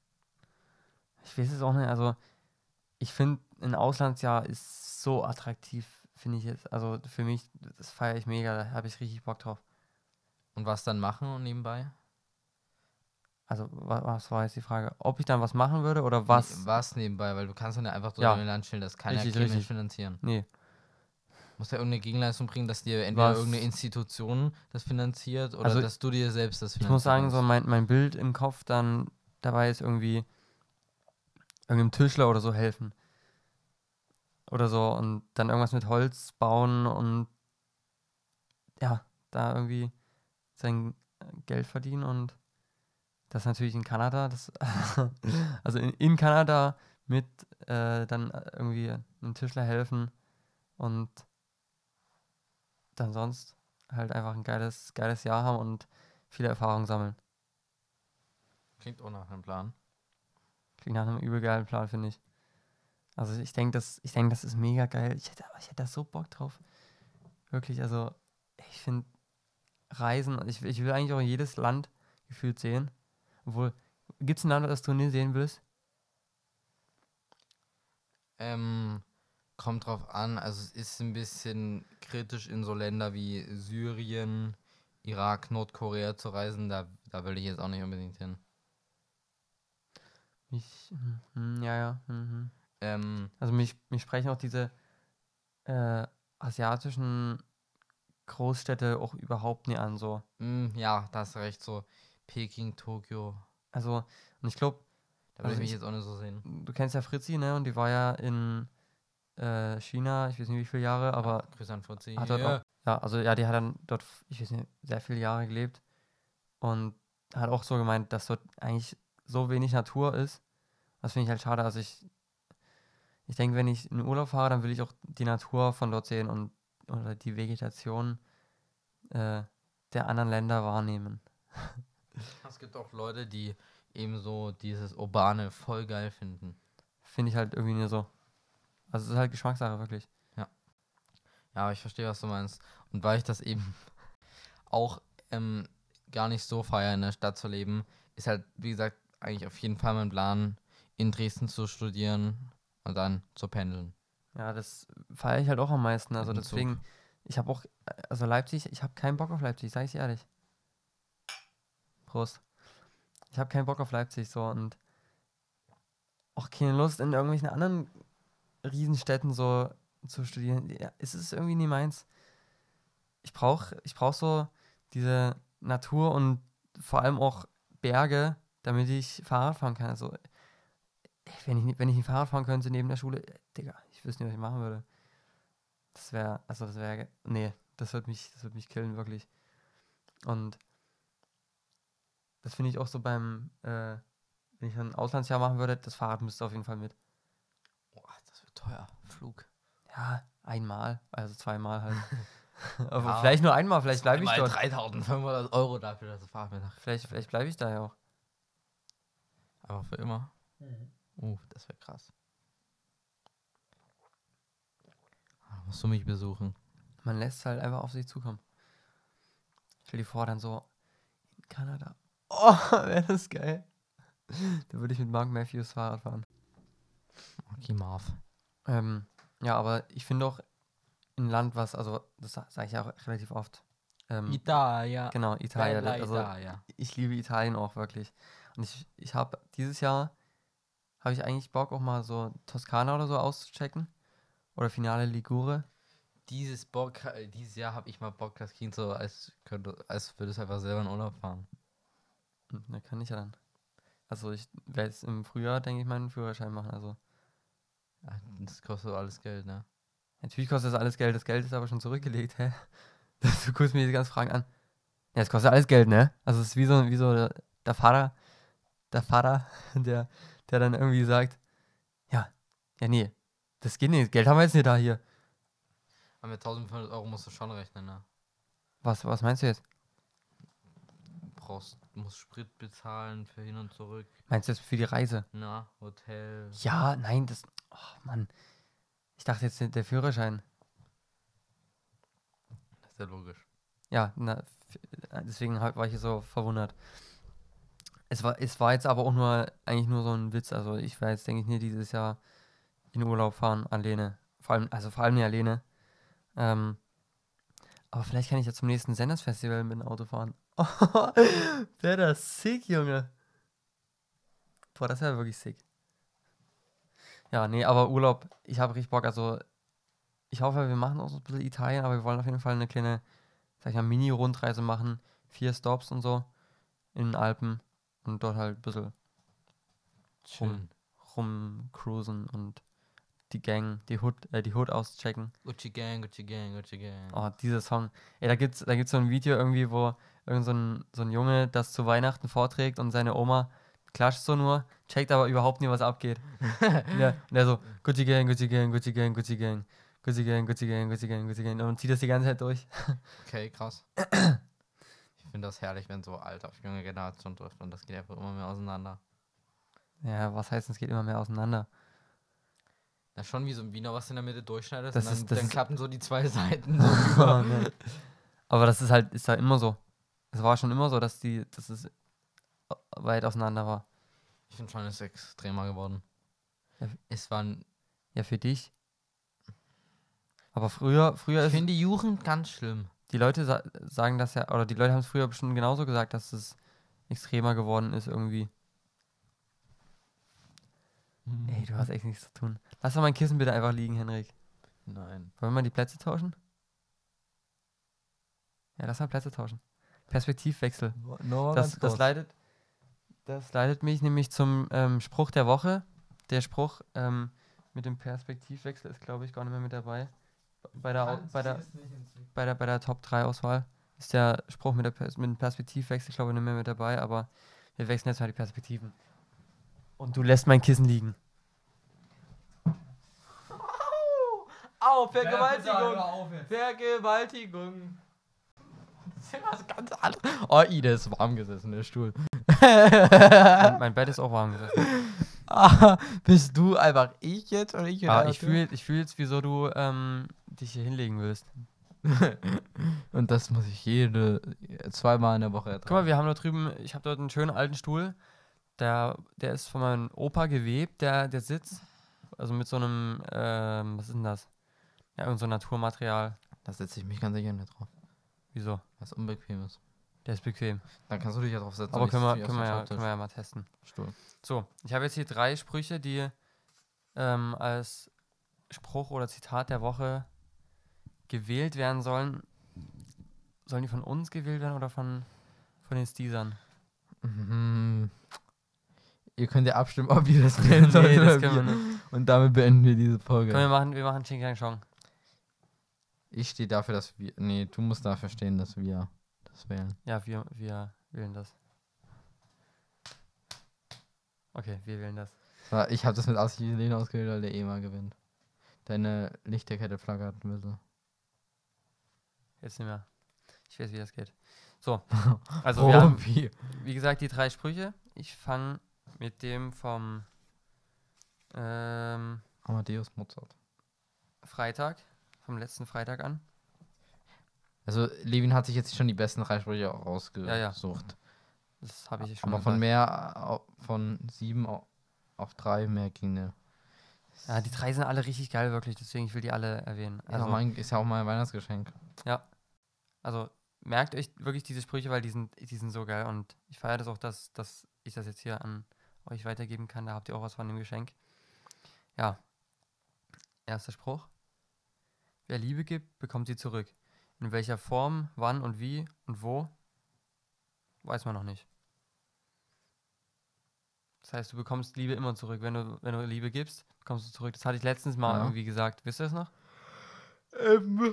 A: Ich weiß es auch nicht. Also, ich finde, ein Auslandsjahr ist so attraktiv, finde ich jetzt. Also, für mich, das feiere ich mega. Da habe ich richtig Bock drauf.
B: Und was dann machen und nebenbei?
A: Also, wa- was war jetzt die Frage? Ob ich dann was machen würde oder
B: Nee,
A: was?
B: was nebenbei? Weil du kannst dann ja einfach so
A: Ja.
B: in Land chillen. Das kann
A: Richtig,
B: ja kein Mensch
A: richtig.
B: finanzieren.
A: Nee.
B: Musst ja irgendeine Gegenleistung bringen, dass dir entweder
A: Was?
B: irgendeine Institution das finanziert oder
A: Also,
B: dass du dir selbst das
A: Ich
B: finanzieren
A: muss sagen, so
B: kannst.
A: mein, mein Bild im Kopf dann dabei ist irgendwie irgendeinem Tischler oder so helfen. Oder so. Und dann irgendwas mit Holz bauen und ja, da irgendwie sein äh, Geld verdienen und das natürlich in Kanada, das also in, in Kanada mit äh, dann äh, irgendwie einem Tischler helfen und dann sonst halt einfach ein geiles, geiles Jahr haben und viele Erfahrungen sammeln.
B: Klingt auch nach einem Plan.
A: Klingt nach einem übel geilen Plan, finde ich. Also ich denke, das, ich denke, das ist mega geil. Ich hätte, ich hätte da so Bock drauf. Wirklich, also ich finde Reisen, ich, ich will eigentlich auch jedes Land gefühlt sehen. Obwohl, gibt es ein Land, das du nie sehen willst?
B: Ähm, kommt drauf an. Also es ist ein bisschen kritisch in so Länder wie Syrien, Irak, Nordkorea zu reisen. Da, da will ich jetzt auch nicht unbedingt hin.
A: Mich, hm, hm, ja, ja. Mhm.
B: Ähm,
A: Also mich, mich sprechen auch diese äh, asiatischen Großstädte auch überhaupt nie an. So.
B: mh, ja, da hast du recht. So Peking, Tokio.
A: Also, und ich glaube,
B: Da würde
A: also
B: ich mich
A: ich,
B: jetzt auch nicht so sehen.
A: du kennst ja Fritzi, ne? Und die war ja in äh, China, ich weiß nicht wie viele Jahre, aber
B: Ja, Grüße an Fuzzi.
A: hat dort auch, ja, also ja, die hat dann dort, ich weiß nicht, sehr viele Jahre gelebt und hat auch so gemeint, dass dort eigentlich so wenig Natur ist. Das finde ich halt schade. Also ich, ich denke, wenn ich in Urlaub fahre, dann will ich auch die Natur von dort sehen und oder die Vegetation äh, der anderen Länder wahrnehmen.
B: Es gibt auch Leute, die eben so dieses Urbane voll geil finden.
A: Finde ich halt irgendwie nur so. Also es ist halt Geschmackssache, wirklich.
B: Ja. Ja, aber ich verstehe, was du meinst. Und weil ich das eben auch ähm, gar nicht so feier, in der Stadt zu leben, ist halt, wie gesagt, eigentlich auf jeden Fall mein Plan, in Dresden zu studieren und dann zu pendeln.
A: Ja, das feiere ich halt auch am meisten. Also
B: Mit dem Zug.
A: deswegen, ich habe auch, also Leipzig, ich habe keinen Bock auf Leipzig, sage ich dir ehrlich. Prost. Ich habe keinen Bock auf Leipzig so und auch keine Lust in irgendwelchen anderen Riesenstädten so zu studieren. Ja, es ist irgendwie nie meins. Ich brauche ich brauch so diese Natur und vor allem auch Berge, damit ich Fahrrad fahren kann. Also, wenn ich, nicht- wenn ich nicht Fahrrad fahren könnte neben der Schule, äh, Digga, ich wüsste nicht, was ich machen würde. Das wäre, also das wäre, nee, das wird mich, das wird mich killen, wirklich. Und das finde ich auch so beim, äh, wenn ich ein Auslandsjahr machen würde, das Fahrrad müsste auf jeden Fall mit.
B: Boah, das wird teuer. Flug.
A: Ja, einmal, also zweimal halt. Aber
B: Ja,
A: vielleicht nur einmal, vielleicht bleibe ich
B: Mal
A: dort.
B: dreitausendfünfhundert Euro dafür, dass du fahren mit.
A: Vielleicht, vielleicht bleibe ich da ja auch.
B: Aber für immer. Uh, das wäre krass. Da musst du mich besuchen.
A: Man lässt es halt einfach auf sich zukommen. Stell dir vor, dann so in Kanada. Oh, wäre das geil. Da würde ich mit Mark Matthews Fahrrad fahren.
B: Okay, Marv.
A: Ähm, ja, aber ich finde auch ein Land, was, also das sage ich auch relativ oft. Ähm,
B: Italia.
A: genau, Italien.
B: Bella
A: Also
B: Italia.
A: ich liebe Italien auch wirklich. Und ich, ich habe dieses Jahr, habe ich eigentlich Bock auch mal so Toskana oder so auszuchecken. Oder Finale Ligure.
B: Dieses Bock, äh, dieses Jahr habe ich mal Bock, das Kind so, als könnte, als würde es einfach selber in Urlaub fahren.
A: Hm, Da kann ich ja dann. Also ich werde jetzt im Frühjahr, denke ich, meinen Führerschein machen. Also
B: Ja, das kostet alles Geld, ne?
A: natürlich kostet das alles Geld. Das Geld ist aber schon zurückgelegt, hä? Du guckst mir diese ganzen Fragen an. Ja, es kostet alles Geld, ne? Also es ist wie so, wie so der, der Vater, der Vater, der, der dann irgendwie sagt, ja, ja, nee, das geht nicht. Geld haben wir jetzt nicht da hier.
B: Aber mit eintausendfünfhundert Euro musst du schon rechnen, ne?
A: Was, was meinst du jetzt?
B: Brauchst, musst Sprit bezahlen für hin und zurück.
A: Meinst du jetzt für die Reise?
B: Na, Hotel.
A: Ja, nein, das. Oh Mann. Ich dachte jetzt der der Führerschein.
B: Das ist ja logisch.
A: Ja, na, f- deswegen halt war ich hier so verwundert. Es war, es war jetzt aber auch nur eigentlich nur so ein Witz. Also ich werde jetzt, denke ich, nie dieses Jahr in Urlaub fahren, alleine. Vor allem, also vor allem nicht alleine. Ähm, aber vielleicht kann ich ja zum nächsten Senders-Festival mit dem Auto fahren. Wäre das sick, Junge. Boah, das wäre wirklich sick. Ja, nee, aber Urlaub, ich habe richtig Bock. Also ich hoffe, wir machen auch so ein bisschen Italien, aber wir wollen auf jeden Fall eine kleine, sag ich mal, Mini-Rundreise machen. Vier Stops und so in den Alpen und dort halt ein bisschen
B: Schön.
A: rumcruisen und die Gang, die Hood, äh, die Hood auschecken.
B: Gucci Gang, Gucci Gang, Gucci Gang.
A: Oh, dieser Song. Ey, da gibt's, da gibt's so ein Video irgendwie, wo irgend so ein, so ein Junge das zu Weihnachten vorträgt und seine Oma klatscht so nur, checkt aber überhaupt nie, was abgeht. und, der, und der so, Gucci Gang, Gucci Gang, Gucci Gang, Gucci Gang, Gucci Gang, Gucci Gang, Gucci Gang, Gucci Gang und zieht das die ganze Zeit durch.
B: Okay, krass. Ich finde das herrlich, wenn so alt auf junge Generation trifft und das geht einfach immer mehr auseinander.
A: Ja, was heißt, es geht immer mehr auseinander.
B: Na, schon wie so ein Wiener, was in der Mitte durchschneidest
A: Das
B: und dann,
A: ist- das
B: dann
A: ist-
B: klappen so die zwei Seiten so über.
A: Oh, nee. Aber das ist halt, ist halt immer so. Es war schon immer so, dass die, dass es weit auseinander war.
B: Ich finde schon, es ist extremer geworden.
A: Ja.
B: Es waren,
A: Ja, für dich. Aber früher, früher
B: ich
A: ist,
B: finde die Jugend ganz schlimm.
A: die Leute sa sagen das ja, oder die Leute haben es früher bestimmt genauso gesagt, dass es extremer geworden ist irgendwie. Ey, du hast echt nichts zu tun. Lass doch mein Kissen bitte einfach liegen, Henrik.
B: Nein.
A: Wollen wir mal die Plätze tauschen? Ja, lass mal Plätze tauschen. Perspektivwechsel.
B: No,
A: Das, das, leitet, das leitet mich nämlich zum ähm, Spruch der Woche. Der Spruch ähm, mit dem Perspektivwechsel ist, glaube ich, gar nicht mehr mit dabei. Bei der, Au- bei der, bei der, bei der Top drei Auswahl ist der Spruch mit, der Pers mit dem Perspektivwechsel, glaube ich, nicht mehr mit dabei, aber wir wechseln jetzt mal die Perspektiven. Und du lässt mein Kissen liegen.
B: Au,
A: Vergewaltigung!
B: Vergewaltigung! Das ist ja was ganz anderes. Oh, Ida ist warm gesessen, der Stuhl.
A: mein, mein Bett ist auch warm gesessen.
B: Ah, bist du einfach ich jetzt oder ich
A: Ah,
B: oder
A: ich
B: du?
A: fühle ich fühl jetzt, wieso du ähm, dich hier hinlegen willst.
B: Und das muss ich jede, zweimal in der Woche ertragen.
A: Guck mal, wir haben da drüben, ich habe dort einen schönen alten Stuhl. Der, der ist von meinem Opa gewebt, der, der Sitz. Also mit so einem, ähm, was ist denn das? Ja, irgend so ein Naturmaterial.
B: Da setze ich mich ganz sicher nicht drauf,
A: Wieso?
B: was unbequem ist.
A: Der ist bequem.
B: Dann kannst du dich ja drauf setzen.
A: Aber
B: und ich
A: können wir,
B: sitze
A: können,
B: auf
A: wir
B: dem
A: ja, können wir ja mal testen.
B: Stuhl.
A: So, ich habe jetzt hier drei Sprüche, die ähm, als Spruch oder Zitat der Woche gewählt werden sollen. Sollen die von uns gewählt werden oder von, von den Steezern?
B: Mhm. Ihr könnt ja abstimmen, ob ihr das wählen sollt
A: Nee, das
B: oder
A: können wir
B: wir.
A: nicht.
B: Und damit beenden wir diese Folge.
A: Können wir machen, wir machen Ching Chang Chong.
B: Ich stehe dafür, dass wir. Nee, du musst dafür stehen, dass wir das wählen.
A: Ja, wir, wir wählen das. Okay, wir wählen das.
B: So, ich habe das mit Auslehnen ausgewählt, weil der eh mal gewinnt. Deine Lichterkette flackert ein bisschen.
A: Jetzt nicht mehr. Ich weiß, wie das geht. So, also wir haben,
B: wie?
A: wie gesagt, die drei Sprüche. Ich fange mit dem vom ähm,
B: Amadeus Mozart.
A: Freitag, vom letzten Freitag an.
B: Also, Levin hat sich jetzt schon die besten drei Sprüche
A: Ja, ja.
B: rausgesucht.
A: Das habe ich schon
B: Aber von
A: gesagt.
B: mehr, au- von sieben au- auf drei mehr ging ne.
A: Ja, die drei sind alle richtig geil, wirklich. Deswegen, ich will die alle erwähnen.
B: Also,
A: Also,
B: mein, ist ja auch mein Weihnachtsgeschenk.
A: also merkt euch wirklich diese Sprüche, weil die sind, die sind so geil. Und ich feiere das auch, dass, dass ich das jetzt hier an euch weitergeben kann. Da habt ihr auch was von dem Geschenk. Ja. Erster Spruch. Wer Liebe gibt, bekommt sie zurück. In welcher Form, wann und wie und wo, weiß man noch nicht. Das heißt, du bekommst Liebe immer zurück. Wenn du, wenn du Liebe gibst, bekommst du zurück. Das hatte ich letztens mal
B: Ja.
A: irgendwie gesagt. Wisst ihr das noch?
B: Ähm,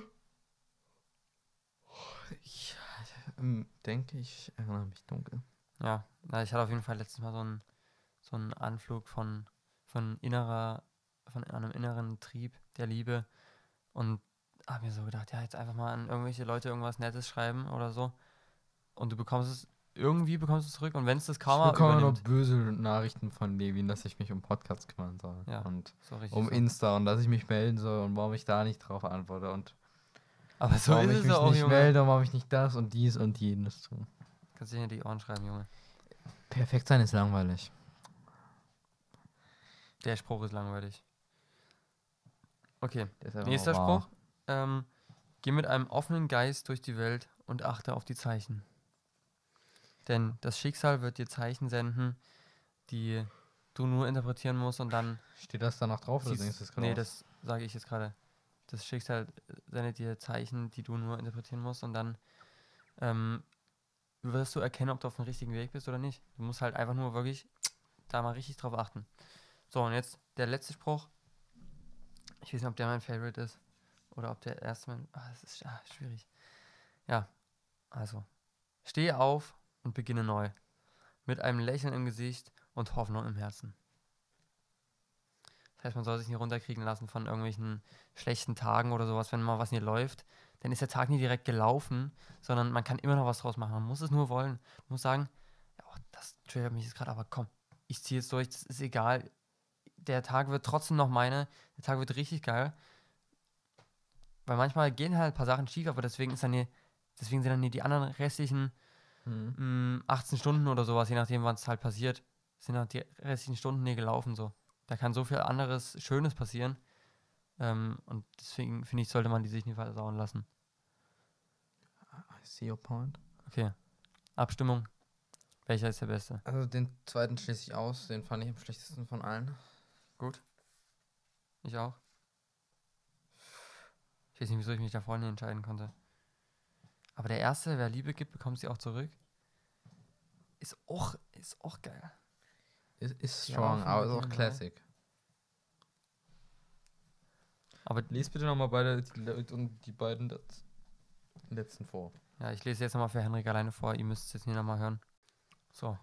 B: ich ähm, denke, ich erinnere mich dunkel.
A: Ja, na, ich hatte auf jeden Fall letztens mal so einen, so einen Anflug von, von innerer, von einem inneren Trieb der Liebe und habe mir so gedacht, ja, jetzt einfach mal an irgendwelche Leute irgendwas Nettes schreiben oder so und du bekommst es, irgendwie bekommst du es zurück und wenn es das
B: Ich
A: Karma
B: bekomme nur
A: übernimmt,
B: böse Nachrichten von Levin, dass ich mich um Podcasts kümmern soll.
A: Ja,
B: Und
A: so richtig
B: um
A: so.
B: Insta und dass ich mich melden soll und warum ich da nicht drauf antworte und
A: Aber so
B: warum
A: ist
B: ich
A: es
B: mich
A: auch,
B: nicht
A: Junge.
B: melde und warum ich nicht das und dies und jenes tue.
A: Kannst du dir in die Ohren schreiben, Junge.
B: Perfekt sein ist langweilig.
A: Der Spruch ist langweilig. Okay,
B: Der ist einfach
A: nächster
B: nur wahr.
A: Spruch. Ähm, geh mit einem offenen Geist durch die Welt und achte auf die Zeichen. Denn das Schicksal wird dir Zeichen senden, die du nur interpretieren musst und dann
B: Steht das da noch drauf oder
A: siehst-
B: denkst du das gerade
A: Nee,
B: aus?
A: das sage ich jetzt gerade. Das Schicksal sendet dir Zeichen, die du nur interpretieren musst und dann ähm, wirst du erkennen, ob du auf dem richtigen Weg bist oder nicht. Du musst halt einfach nur wirklich da mal richtig drauf achten. So, und jetzt der letzte Spruch. Ich weiß nicht, ob der mein Favorite ist. Oder ob der erste mein. Ah, das ist ah, schwierig. Ja, also. Stehe auf und beginne neu. Mit einem Lächeln im Gesicht und Hoffnung im Herzen. Das heißt, man soll sich nicht runterkriegen lassen von irgendwelchen schlechten Tagen oder sowas, wenn mal was nicht läuft. Dann ist der Tag nie direkt gelaufen, sondern man kann immer noch was draus machen. Man muss es nur wollen. Man muss sagen, ja, oh, das triggert mich jetzt gerade, aber komm, ich ziehe es durch, das ist egal. Der Tag wird trotzdem noch meine. Der Tag wird richtig geil. Weil manchmal gehen halt ein paar Sachen schief, aber deswegen ist dann die, deswegen sind dann die, die anderen restlichen
B: Mhm.
A: mh, achtzehn Stunden oder sowas, je nachdem, wann es halt passiert, sind halt die restlichen Stunden nie gelaufen so. Da kann so viel anderes Schönes passieren. Ähm, und deswegen finde ich, sollte man die sich nie versauen lassen.
B: I see your point.
A: Okay. Abstimmung. Welcher ist der beste?
B: Also den zweiten schließe ich aus, den fand ich am schlechtesten von allen.
A: Gut. Ich auch. Ich weiß nicht, wieso ich mich da vorne entscheiden konnte. Aber der erste, wer Liebe gibt, bekommt sie auch zurück. Ist auch, ist auch geil.
B: Ist, ist
A: Ja,
B: strong,
A: von
B: aber ist auch
A: Beginn, ja.
B: Classic.
A: Aber
B: Lies bitte nochmal beide die, Le- und die beiden das letzten vor.
A: ja, ich lese jetzt nochmal für Henrik alleine vor. Ihr müsst es jetzt nicht nochmal hören. So.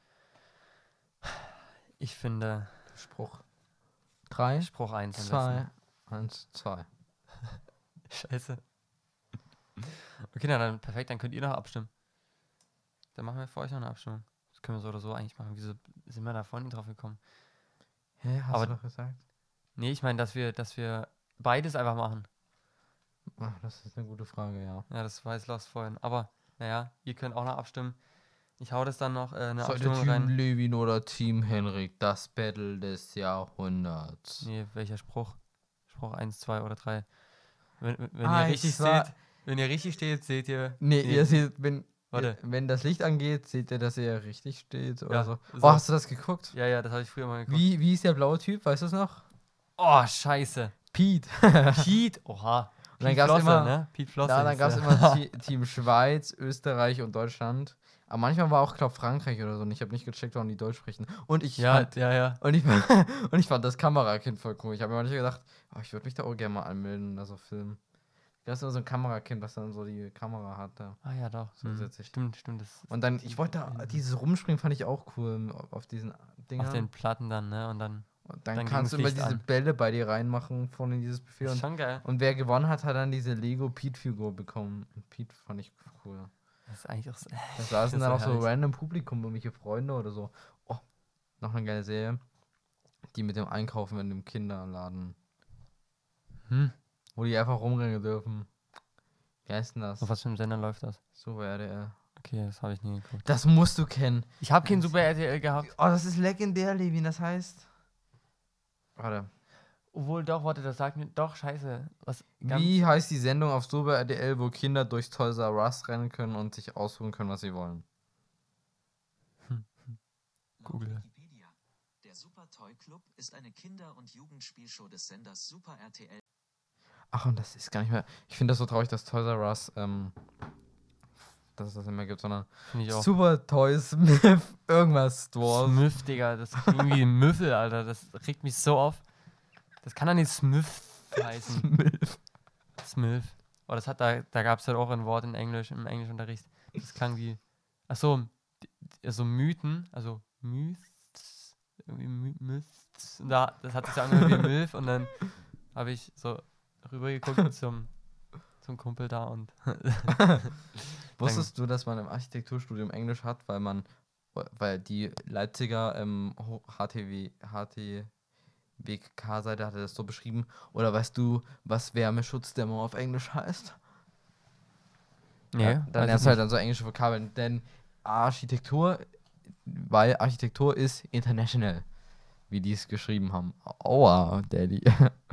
A: Ich finde
B: Spruch drei,
A: Spruch eins am
B: zwei,
A: besten.
B: eins, zwei.
A: Scheiße. Okay, na dann perfekt, dann könnt ihr noch abstimmen. Dann machen wir für euch noch eine Abstimmung. Das können wir so oder so eigentlich machen. Wieso sind wir da vorhin nicht drauf gekommen?
B: Hä, hast
A: Aber-
B: du doch gesagt?
A: Nee, ich meine, dass wir, dass wir beides einfach machen.
B: Ach, das ist eine gute Frage, ja.
A: Ja, das war jetzt lost vorhin. Aber, naja, ihr könnt auch noch abstimmen. Ich hau das dann noch äh, eine
B: Seid ihr
A: Abstimmung
B: Team
A: rein.
B: Levin oder Team Henrik? Das Battle des Jahrhunderts.
A: Nee, welcher Spruch? Spruch eins, zwei oder drei. Wenn, wenn wenn ihr
B: Eins,
A: richtig
B: zwei-
A: seht, wenn ihr richtig steht, seht ihr.
B: Nee, ihr seht, wenn,
A: Warte.
B: ihr, wenn das Licht angeht, seht ihr, dass er richtig steht oder
A: Ja,
B: so.
A: so.
B: Oh, hast du das geguckt?
A: Ja, ja, das habe ich früher mal geguckt.
B: Wie, wie ist der blaue Typ? Weißt du es noch?
A: Oh, scheiße.
B: Pete.
A: Pete, oha.
B: Und dann
A: Pete
B: gab's
A: Flosse,
B: immer-
A: ne? Pete Flosse.
B: Ja, dann
A: hieß
B: gab es
A: der.
B: immer Ti- Team Schweiz, Österreich und Deutschland. Aber manchmal war auch, glaube Frankreich oder so. Und ich habe nicht gecheckt, warum die Deutsch sprechen. Und ich
A: Ja,
B: fand,
A: ja, ja.
B: und ich, und ich fand das Kamerakind voll cool. Ich habe mir manchmal gedacht, oh, ich würde mich da auch gerne mal anmelden, also filmen. Da ist immer so ein Kamerakind, was dann so die Kamera hat. Da.
A: Ah ja, doch.
B: So
A: Mhm.
B: setze ich.
A: Stimmt, stimmt. Das
B: Und dann, ich wollte da, dieses Rumspringen fand ich auch cool auf- auf diesen Dingern.
A: auf den Platten dann, ne? Und dann.
B: Und dann,
A: dann
B: kannst du
A: ging's
B: immer
A: Licht
B: diese
A: an.
B: Bälle bei dir reinmachen, vorne in dieses Buffet.
A: Ist
B: Und,
A: schon geil.
B: und wer gewonnen hat, hat dann diese Lego Pete-Figur bekommen. Und Pete fand ich cool.
A: Das ist eigentlich auch so.
B: Da saßen
A: ist
B: dann
A: so
B: auch so
A: herrlich.
B: random Publikum, irgendwelche Freunde oder so. Oh, noch eine geile Serie. Die mit dem Einkaufen in dem Kinderladen.
A: Hm.
B: Wo die einfach rumrennen dürfen. Wie heißt denn das?
A: Auf was für einem Sender läuft das?
B: Super R T L.
A: Okay, das habe ich nie geguckt.
B: Das musst du kennen.
A: Ich habe kein Super R T L gehabt.
B: Oh, das ist legendär, Levin, das heißt. Warte.
A: Obwohl, doch, warte, das sagt mir. Doch, scheiße. Was? Ganz,
B: Wie heißt die Sendung auf Super R T L, wo Kinder durchs Toys R Us rennen können und sich aussuchen können, was sie wollen?
A: Google.
D: Laut Wikipedia. Der Super Toy Club ist eine Kinder- und Jugendspielshow des Senders Super R T L.
B: Ach, und das ist gar nicht mehr. Ich finde das so traurig, dass Toys R Us, ähm, dass es das nicht mehr gibt, sondern
A: Finde ich auch.
B: Super Toys Smith irgendwas Stores.
A: Smith, Digga, das klingt irgendwie ein Müffel, Alter. Das regt mich so auf. Das kann doch nicht Smith heißen.
B: Smith.
A: Smith. Oh, das hat da, da gab es halt auch ein Wort in Englisch, im Englischunterricht. Das klang wie. Achso, also Mythen, also Myths, irgendwie My- Myths. Und da, das hat sich so angehört wie Milf und dann habe ich so rübergeguckt zum, zum Kumpel da und.
B: Wusstest du, dass man im Architekturstudium Englisch hat, weil man, weil die Leipziger ähm, H T W, H T W K-Seite hatte das so beschrieben? Oder weißt du, was Wärmeschutzdämmung auf Englisch heißt?
A: Nee,
B: Ja, dann
A: weiß
B: lernst
A: ich
B: du halt
A: nicht.
B: dann so englische Vokabeln, denn Architektur, weil Architektur ist international, wie die es geschrieben haben. Aua, Daddy.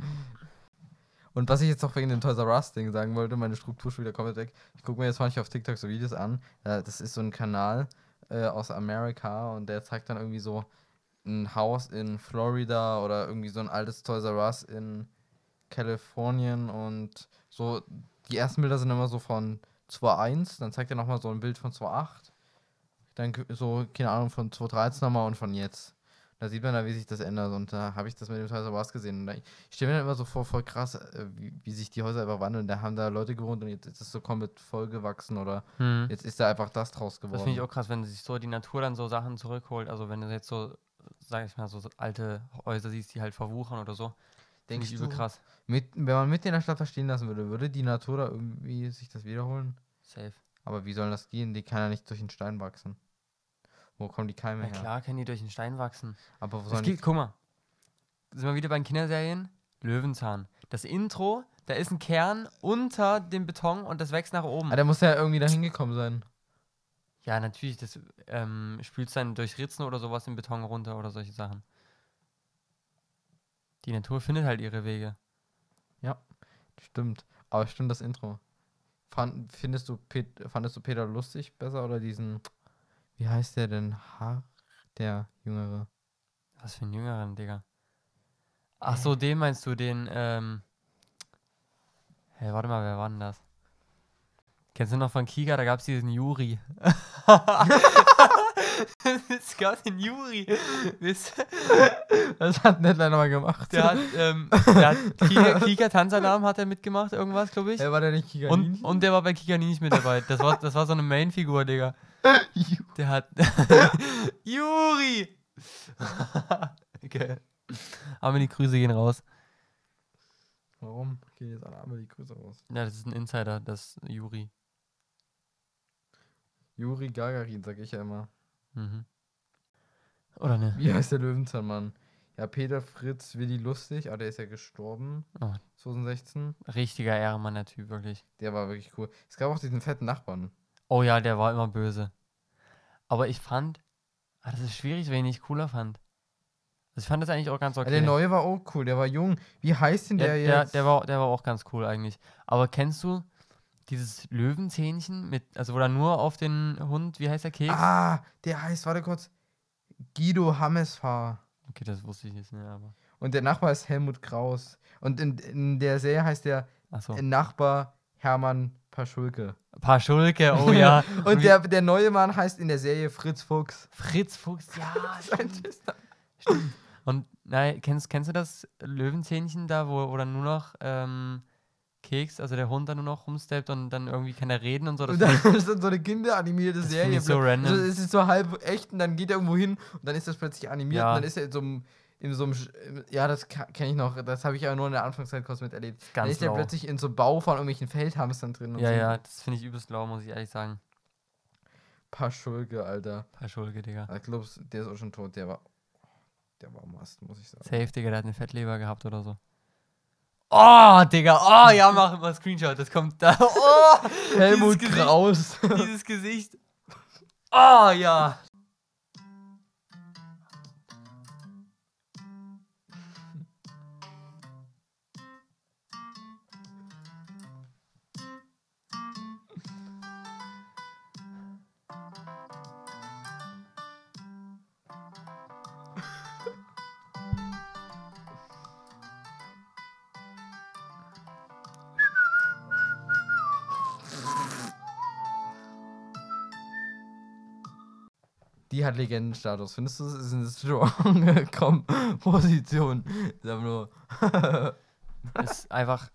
B: Und was ich jetzt noch wegen dem Toys R Us Ding sagen wollte, meine Struktur schon wieder komplett weg. Ich gucke mir jetzt manchmal auf TikTok so Videos an. Äh, das ist so ein Kanal äh, aus Amerika und der zeigt dann irgendwie so ein Haus in Florida oder irgendwie so ein altes Toys R Us in Kalifornien und so. Die ersten Bilder sind immer so von zwei Punkt eins, dann zeigt er nochmal so ein Bild von zwei Punkt acht, dann k- so, keine Ahnung, von zwei Punkt dreizehn nochmal und von jetzt. Da sieht man da, wie sich das ändert und da habe ich das mit dem Toys R Us gesehen. Und da, ich stelle mir dann immer so vor, voll krass, äh, wie, wie sich die Häuser einfach wandeln. Da haben da Leute gewohnt und jetzt ist es so komplett vollgewachsen oder
A: Hm.
B: jetzt ist da einfach das draus
A: Das finde ich
B: geworden.
A: auch krass, wenn sich so die Natur dann so Sachen zurückholt. Also wenn du jetzt so, sag ich mal, so, so alte Häuser siehst, die halt verwuchern oder so. Finde ich
B: Denkst
A: übel
B: du,
A: krass.
B: mit, wenn man mit in der Stadt verstehen lassen würde, würde die Natur da irgendwie sich das wiederholen?
A: Safe.
B: Aber wie soll das gehen? Die kann ja nicht durch den Stein wachsen. Wo kommen die Keime
A: Ja
B: her?
A: klar, können die durch den Stein wachsen.
B: Aber wo
A: Es
B: sollen die...
A: gibt, guck mal, sind wir wieder bei den Kinderserien? Löwenzahn. Das Intro, da ist ein Kern unter dem Beton und das wächst nach oben.
B: Ah, der muss ja irgendwie da hingekommen sein.
A: Ja, natürlich, das ähm, spült dann durch Ritzen oder sowas im Beton runter oder solche Sachen. Die Natur findet halt ihre Wege.
B: Stimmt. Aber stimmt das Intro. Fand, findest du Pet, fandest du Peter lustig besser oder diesen... Wie heißt der denn? Ha? Der Jüngere.
A: Was für einen Jüngeren, Digga. Ach so, den meinst du, den, ähm... Hey, warte mal, wer war denn das? Kennst du noch von Kika? Da gab es diesen Juri. Es gab den Juri. Wisst ihr?
B: Das hat Netline nochmal gemacht.
A: Der hat, ähm, der hat Kika, Kika Tanzalarm hat er mitgemacht, irgendwas, glaube ich.
B: Hey, war der nicht
A: Und,
B: Kiganinchen?
A: und der war bei Kika nicht mit dabei. Das war, das war so eine Main-Figur, Digga. Der hat. Juri! Okay. Aber die Grüße gehen raus.
B: Warum? Okay, jetzt alle einmal die Grüße raus.
A: Ja, das ist ein Insider, das Juri.
B: Juri Gagarin, sag ich ja immer.
A: Mhm. Oder ne?
B: Wie heißt der Löwenzahnmann? Ja, Peter Fritz Willi Lustig, aber der ist ja gestorben.
A: Oh.
B: zwanzig sechzehn.
A: Richtiger Ehrenmann, der Typ, wirklich.
B: Der war wirklich cool. Es gab auch diesen fetten Nachbarn.
A: Oh ja, der war immer böse. Aber ich fand. Ah, das ist schwierig, wen ich cooler fand. Also ich fand das eigentlich auch ganz okay.
B: Ja, der neue war auch cool, der war jung. Wie heißt denn
A: Ja,
B: der
A: der,
B: jetzt?
A: der, war, der war auch ganz cool eigentlich. Aber kennst du dieses Löwenzähnchen mit, also wo da nur auf den Hund, wie heißt der Keks?
B: Ah, der heißt, warte kurz, Guido Hammesfahr.
A: Okay, das wusste ich jetzt nicht, aber.
B: Und der Nachbar ist Helmut Kraus. Und in, in der Serie heißt der
A: Achso.
B: Nachbar Hermann Paschulke.
A: Paschulke, oh ja.
B: Und
A: wie-
B: der, der neue Mann heißt in der Serie Fritz Fuchs.
A: Fritz Fuchs, ja.
B: Sein
A: stimmt.
B: Twister.
A: Und nein, kennst, kennst du das Löwenzähnchen da, wo, wo dann nur noch ähm, Keks, also der Hund dann nur noch rumsteppt und dann irgendwie kann er reden und so? Das
B: Und dann
A: find
B: ist dann so eine kinderanimierte
A: Das find
B: Serie.
A: ich so random.
B: Also es ist so halb echt und dann geht er irgendwo hin und dann ist das plötzlich animiert
A: Ja.
B: und dann ist er in so einem, in so einem, Sch- ja, das kenne ich noch, das habe ich ja nur in der Anfangszeit kurz miterlebt.
A: Ganz
B: dann ist er
A: lau.
B: plötzlich in so einem Bau von irgendwelchen Feldhamstern drin. Und
A: ja,
B: so.
A: ja, das finde ich übelst lau, muss ich ehrlich sagen.
B: Paschulke, Alter.
A: Paschulke, Digga.
B: Ich glaube, der ist auch schon tot, der war, der war Mast, muss ich sagen.
A: Safe, Digga, der hat eine Fettleber gehabt oder so. Oh, Digga, oh, ja, mach mal Screenshot, das kommt da. Oh,
B: Helmut
A: dieses Gesicht.
B: Kraus.
A: Dieses Gesicht. Oh, ja.
B: Die hat Legendenstatus. Findest du, das ist eine strong Komposition? Ist aber nur.
A: Ist einfach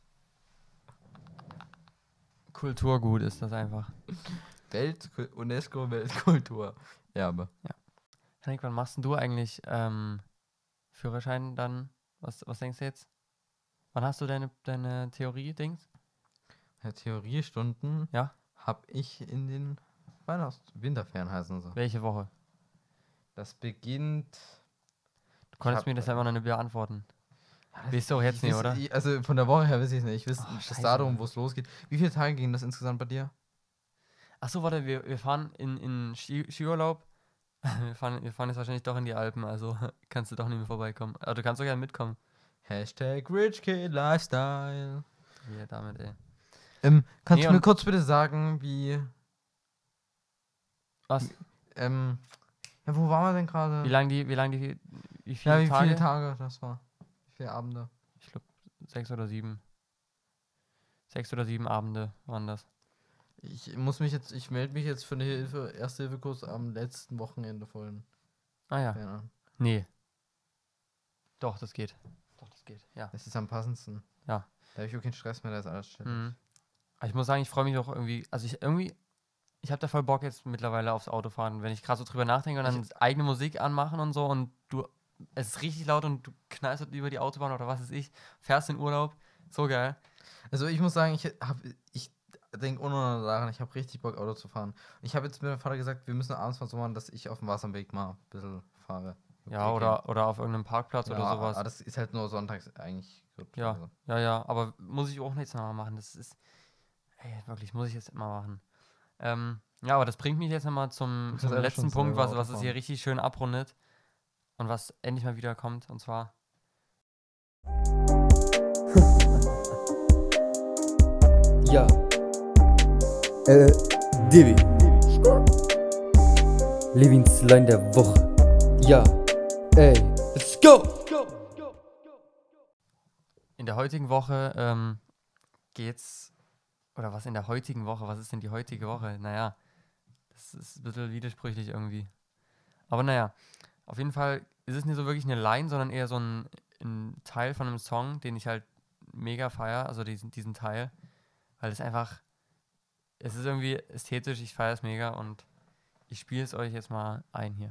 A: Kulturgut ist das einfach.
B: Welt, UNESCO Weltkultur. Ja, aber.
A: Henrik, wann machst denn du eigentlich ähm, Führerschein dann? Was, was denkst du jetzt? Wann hast du deine, deine Theorie-Dings?
B: Ja, Theoriestunden
A: Ja?
B: habe ich in den Weihnachts-, Winterferien heißen sie.
A: Welche Woche?
B: Das beginnt.
A: Du konntest
B: hab-
A: mir das einfach noch nicht beantworten.
B: Ja,
A: Weißt du auch jetzt
B: ich
A: nicht,
B: weiß-
A: oder?
B: ich- Also von der Woche her weiß ich es nicht. Ich weiß
A: Oh,
B: das
A: scheiße,
B: Datum,
A: Mann.
B: wo es losgeht. Wie viele Tage ging das insgesamt bei dir?
A: Achso, warte, wir, wir fahren in, in Ski, Skiurlaub. Wir fahren, wir fahren jetzt wahrscheinlich doch in die Alpen, also kannst du doch nicht mehr vorbeikommen. Aber du kannst doch gerne mitkommen.
B: Hashtag Rich Kid Lifestyle.
A: Hier, damit, ey.
B: Ähm, kannst
A: Nee,
B: du mir
A: und-
B: kurz bitte sagen, wie.
A: Was?
B: Ähm. Ja, wo waren wir denn gerade?
A: Wie lang die, wie lang die, wie viele
B: Ja, wie
A: Tage?
B: viele Tage das war? Wie viele Abende?
A: Ich glaube, sechs oder sieben. Sechs oder sieben Abende waren das.
B: Ich muss mich jetzt, ich melde mich jetzt für eine Hilfe, Erste-Hilfe-Kurs am letzten Wochenende vorhin.
A: Ah ja.
B: Ja.
A: Nee. Doch, das geht. Doch, das geht, ja.
B: Das ist am passendsten.
A: Ja.
B: Da habe ich auch keinen Stress mehr, da ist alles chillig.
A: Mhm. Aber ich muss sagen, ich freue mich auch irgendwie, also ich irgendwie, ich habe da voll Bock jetzt mittlerweile aufs Autofahren, wenn ich gerade so drüber nachdenke und dann eigene Musik anmachen und so und du, es ist richtig laut und du knallst halt über die Autobahn oder was weiß ich, fährst in Urlaub, so geil.
B: Also ich muss sagen, ich habe, ich denke ohne daran, ich habe richtig Bock, Auto zu fahren. Ich habe jetzt mit meinem Vater gesagt, wir müssen abends mal so machen, dass ich auf dem Wasserweg mal ein bisschen fahre.
A: Ja,
B: Okay,
A: oder, oder auf irgendeinem Parkplatz
B: ja,
A: oder sowas.
B: aber das ist halt nur sonntags eigentlich gut.
A: Ja.
B: Also.
A: Ja, ja, aber muss ich auch nichts mehr machen, das ist, ey, wirklich, muss ich jetzt immer machen. Ähm, ja, aber das bringt mich jetzt nochmal zum,
B: Du kannst
A: zum
B: einfach
A: letzten
B: schon
A: Punkt,
B: selber
A: was,
B: Auto
A: was es hier
B: fahren.
A: richtig schön abrundet und was endlich mal wieder kommt, und zwar
D: Ja. Äh, Divi. Levins Line der Woche. Ja. Ey, let's go!
A: in der heutigen Woche ähm, geht's, oder was in der heutigen Woche, was ist denn die heutige Woche? Naja, das ist ein bisschen widersprüchlich irgendwie. Aber naja, auf jeden Fall ist es nicht so wirklich eine Line, sondern eher so ein, ein Teil von einem Song, den ich halt mega feiere, also diesen, diesen Teil, weil es einfach, es ist irgendwie ästhetisch, ich feiere es mega und ich spiele es euch jetzt mal ein hier.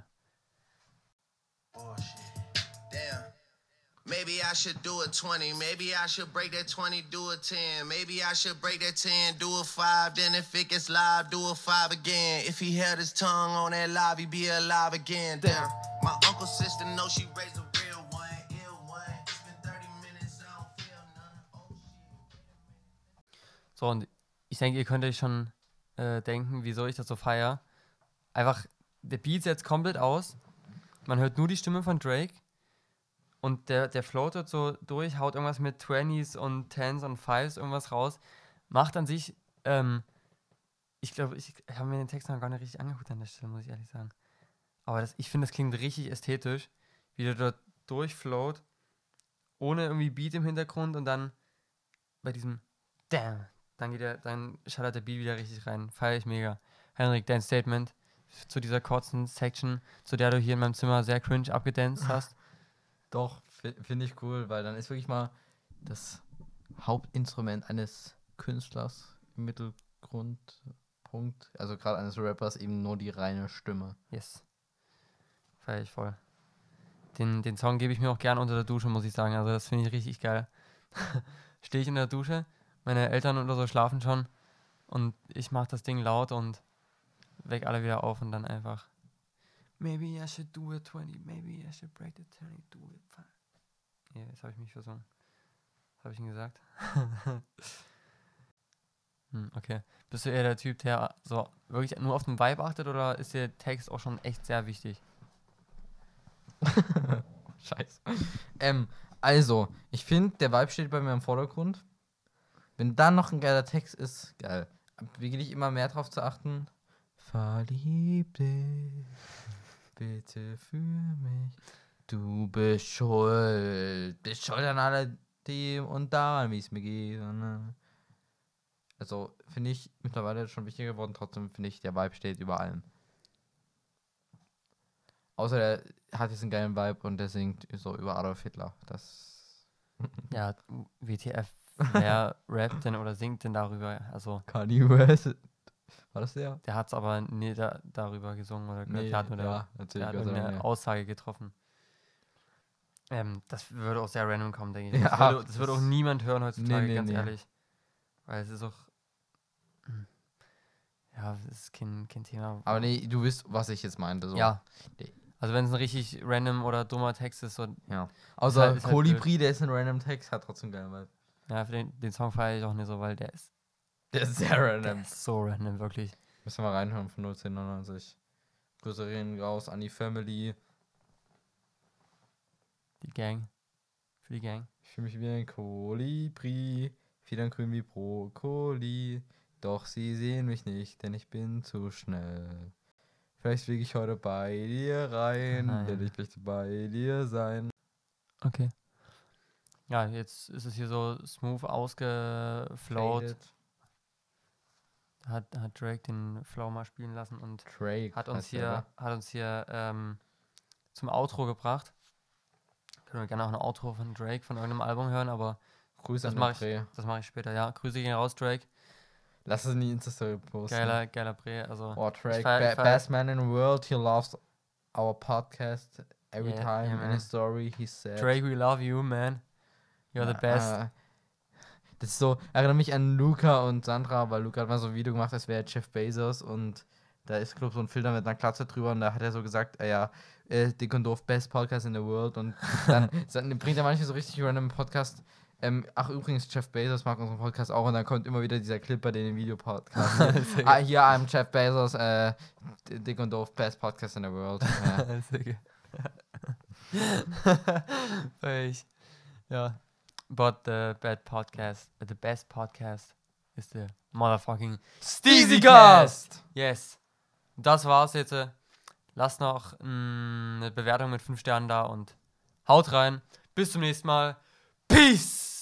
E: Oh shit. Damn. Maybe I should do a twenty. Maybe I should break that twenty, do a ten. Maybe I should break that ten, do a five. Then if it gets live, do a five again. If he held his tongue on that live, he'd be alive again. Damn. My uncle's sister knows she raised a real one, ill one. It's been thirty minutes, I don't feel none. Oh shit.
A: So, und ich denke, ihr könnt euch schon äh, denken, wieso ich das so feiere. Einfach, der Beat setzt komplett aus. Man hört nur die Stimme von Drake. Und der, der floatet so durch, haut irgendwas mit Twenties und Tens und Fives irgendwas raus. Macht an sich, ähm, ich glaube, ich habe mir den Text noch gar nicht richtig angeguckt an der Stelle, muss ich ehrlich sagen. Aber das, ich finde, das klingt richtig ästhetisch, wie der dort durchfloat, ohne irgendwie Beat im Hintergrund und dann bei diesem Damn, dann geht der, dann schallert der Beat wieder richtig rein. Feiere ich mega. Henrik, dein Statement zu dieser kurzen Section, zu der du hier in meinem Zimmer sehr cringe abgedanced hast.
B: Doch, fi- finde ich cool, weil dann ist wirklich mal das Hauptinstrument eines Künstlers im Mittelgrund, Punkt, also gerade eines Rappers, eben nur die reine Stimme.
A: Yes. Feier ich voll. Den, den Song gebe ich mir auch gern unter der Dusche, muss ich sagen. Also das finde ich richtig geil. Stehe ich in der Dusche, meine Eltern oder so schlafen schon und ich mache das Ding laut und weck alle wieder auf und dann einfach Maybe I should do a twenty, maybe I should break the twenty, do it fine. Ja, jetzt habe ich mich versungen. Was habe ich denn gesagt? hm, okay. Bist du eher der Typ, der so wirklich nur auf den Vibe achtet oder ist der Text auch schon echt sehr wichtig?
B: Scheiße. Ähm, also, ich finde, der Vibe steht bei mir im Vordergrund. Wenn dann noch ein geiler Text ist, geil. Beginne ich immer mehr drauf zu achten. Verlieb dich, bitte für mich. Du bist schuld, bist schuld an alledem und daran, wie es mir geht. Also, finde ich mittlerweile schon wichtiger geworden. Trotzdem finde ich, der Vibe steht über allem. Außer der hat jetzt einen geilen Vibe und der singt so über Adolf Hitler. Das
A: Ja, W T F, wer rappt denn oder singt denn darüber? Also,
B: Kanye West. War das der?
A: der hat es aber nie da, darüber gesungen oder gehört. Der hat nur der,
B: ja,
A: der
B: natürlich.
A: hat
B: Gott sei Dank,
A: irgendeine
B: ja.
A: Aussage getroffen. Ähm, das würde auch sehr random kommen, denke ich.
B: Ja,
A: das, würde, das würde
B: das-
A: auch niemand hören heutzutage,
B: Nee, nee,
A: ganz
B: nee.
A: ehrlich. Weil es ist auch. hm, Ja, es ist kein, kein Thema.
B: Aber nee, du wisst, was ich jetzt meinte. So.
A: Ja.
B: Nee.
A: Also wenn es ein richtig random oder dummer Text ist, so,
B: ja. Außer
A: halt- ist halt
B: Kolibri, der ist ein random Text, hat trotzdem geilen Vibe.
A: ja, für den, den Song feiere ich auch nicht so, weil der ist,
B: Der ist sehr
A: der
B: random.
A: ist so random, wirklich.
B: Müssen wir mal reinhören von null zehn neunundneunzig. Grüße gehen raus an die Family.
A: Die Gang. Für die Gang.
B: Ich fühle mich wie ein Kolibri. Federn grün wie Brokkoli. Doch sie sehen mich nicht, denn ich bin zu schnell. Vielleicht fliege ich heute bei dir rein,
A: Nein.
B: denn ich möchte bei dir sein.
A: Okay. Ja, jetzt ist es hier so smooth ausgeflowt.
B: Faded.
A: Hat, hat Drake den Flow mal spielen lassen und
B: Drake
A: hat uns
B: heißt der,
A: hier,
B: oder?
A: hat uns hier ähm, zum Outro gebracht. Können wir gerne auch ein Outro von Drake von irgendeinem Album hören, aber
B: Grüße
A: das
B: an
A: mach
B: den Prä.
A: das mache ich später. Ja, Grüße gehen raus, Drake.
B: Lass es in die Insta-Story posten.
A: Geiler, geiler Bre. Also,
B: Oh, Drake,
A: feier-
B: ba
A: ich feier-
B: best man in the world. He loves our podcast. Every
A: Yeah,
B: time
A: yeah,
B: in
A: man.
B: his story he said.
A: Drake, we love you, man. You're the best.
B: Äh, das ist so, erinnert mich an Luca und Sandra, weil Luca hat mal so ein Video gemacht, als wäre Jeff Bezos und da ist, glaube ich, so ein Filter mit einer Klatze drüber und da hat er so gesagt, äh, ja, äh, Dick und Doof, best Podcast in the world und dann, dann bringt er manchmal so richtig random Podcast. Ähm, ach, übrigens, Jeff Bezos mag unseren Podcast auch und dann kommt immer wieder dieser Clip bei den Videopodcasts. ah, hier, I'm Jeff Bezos, äh, Dick und Doof, best Podcast in the world. Ja.
A: Sehr geil. ich, ja. But the bad podcast, uh, the best podcast is the motherfucking
B: Steezycast!
A: Yes. Das war's jetzt. Lasst noch mh, eine Bewertung mit fünf Sternen da und haut rein. Bis zum nächsten Mal. Peace!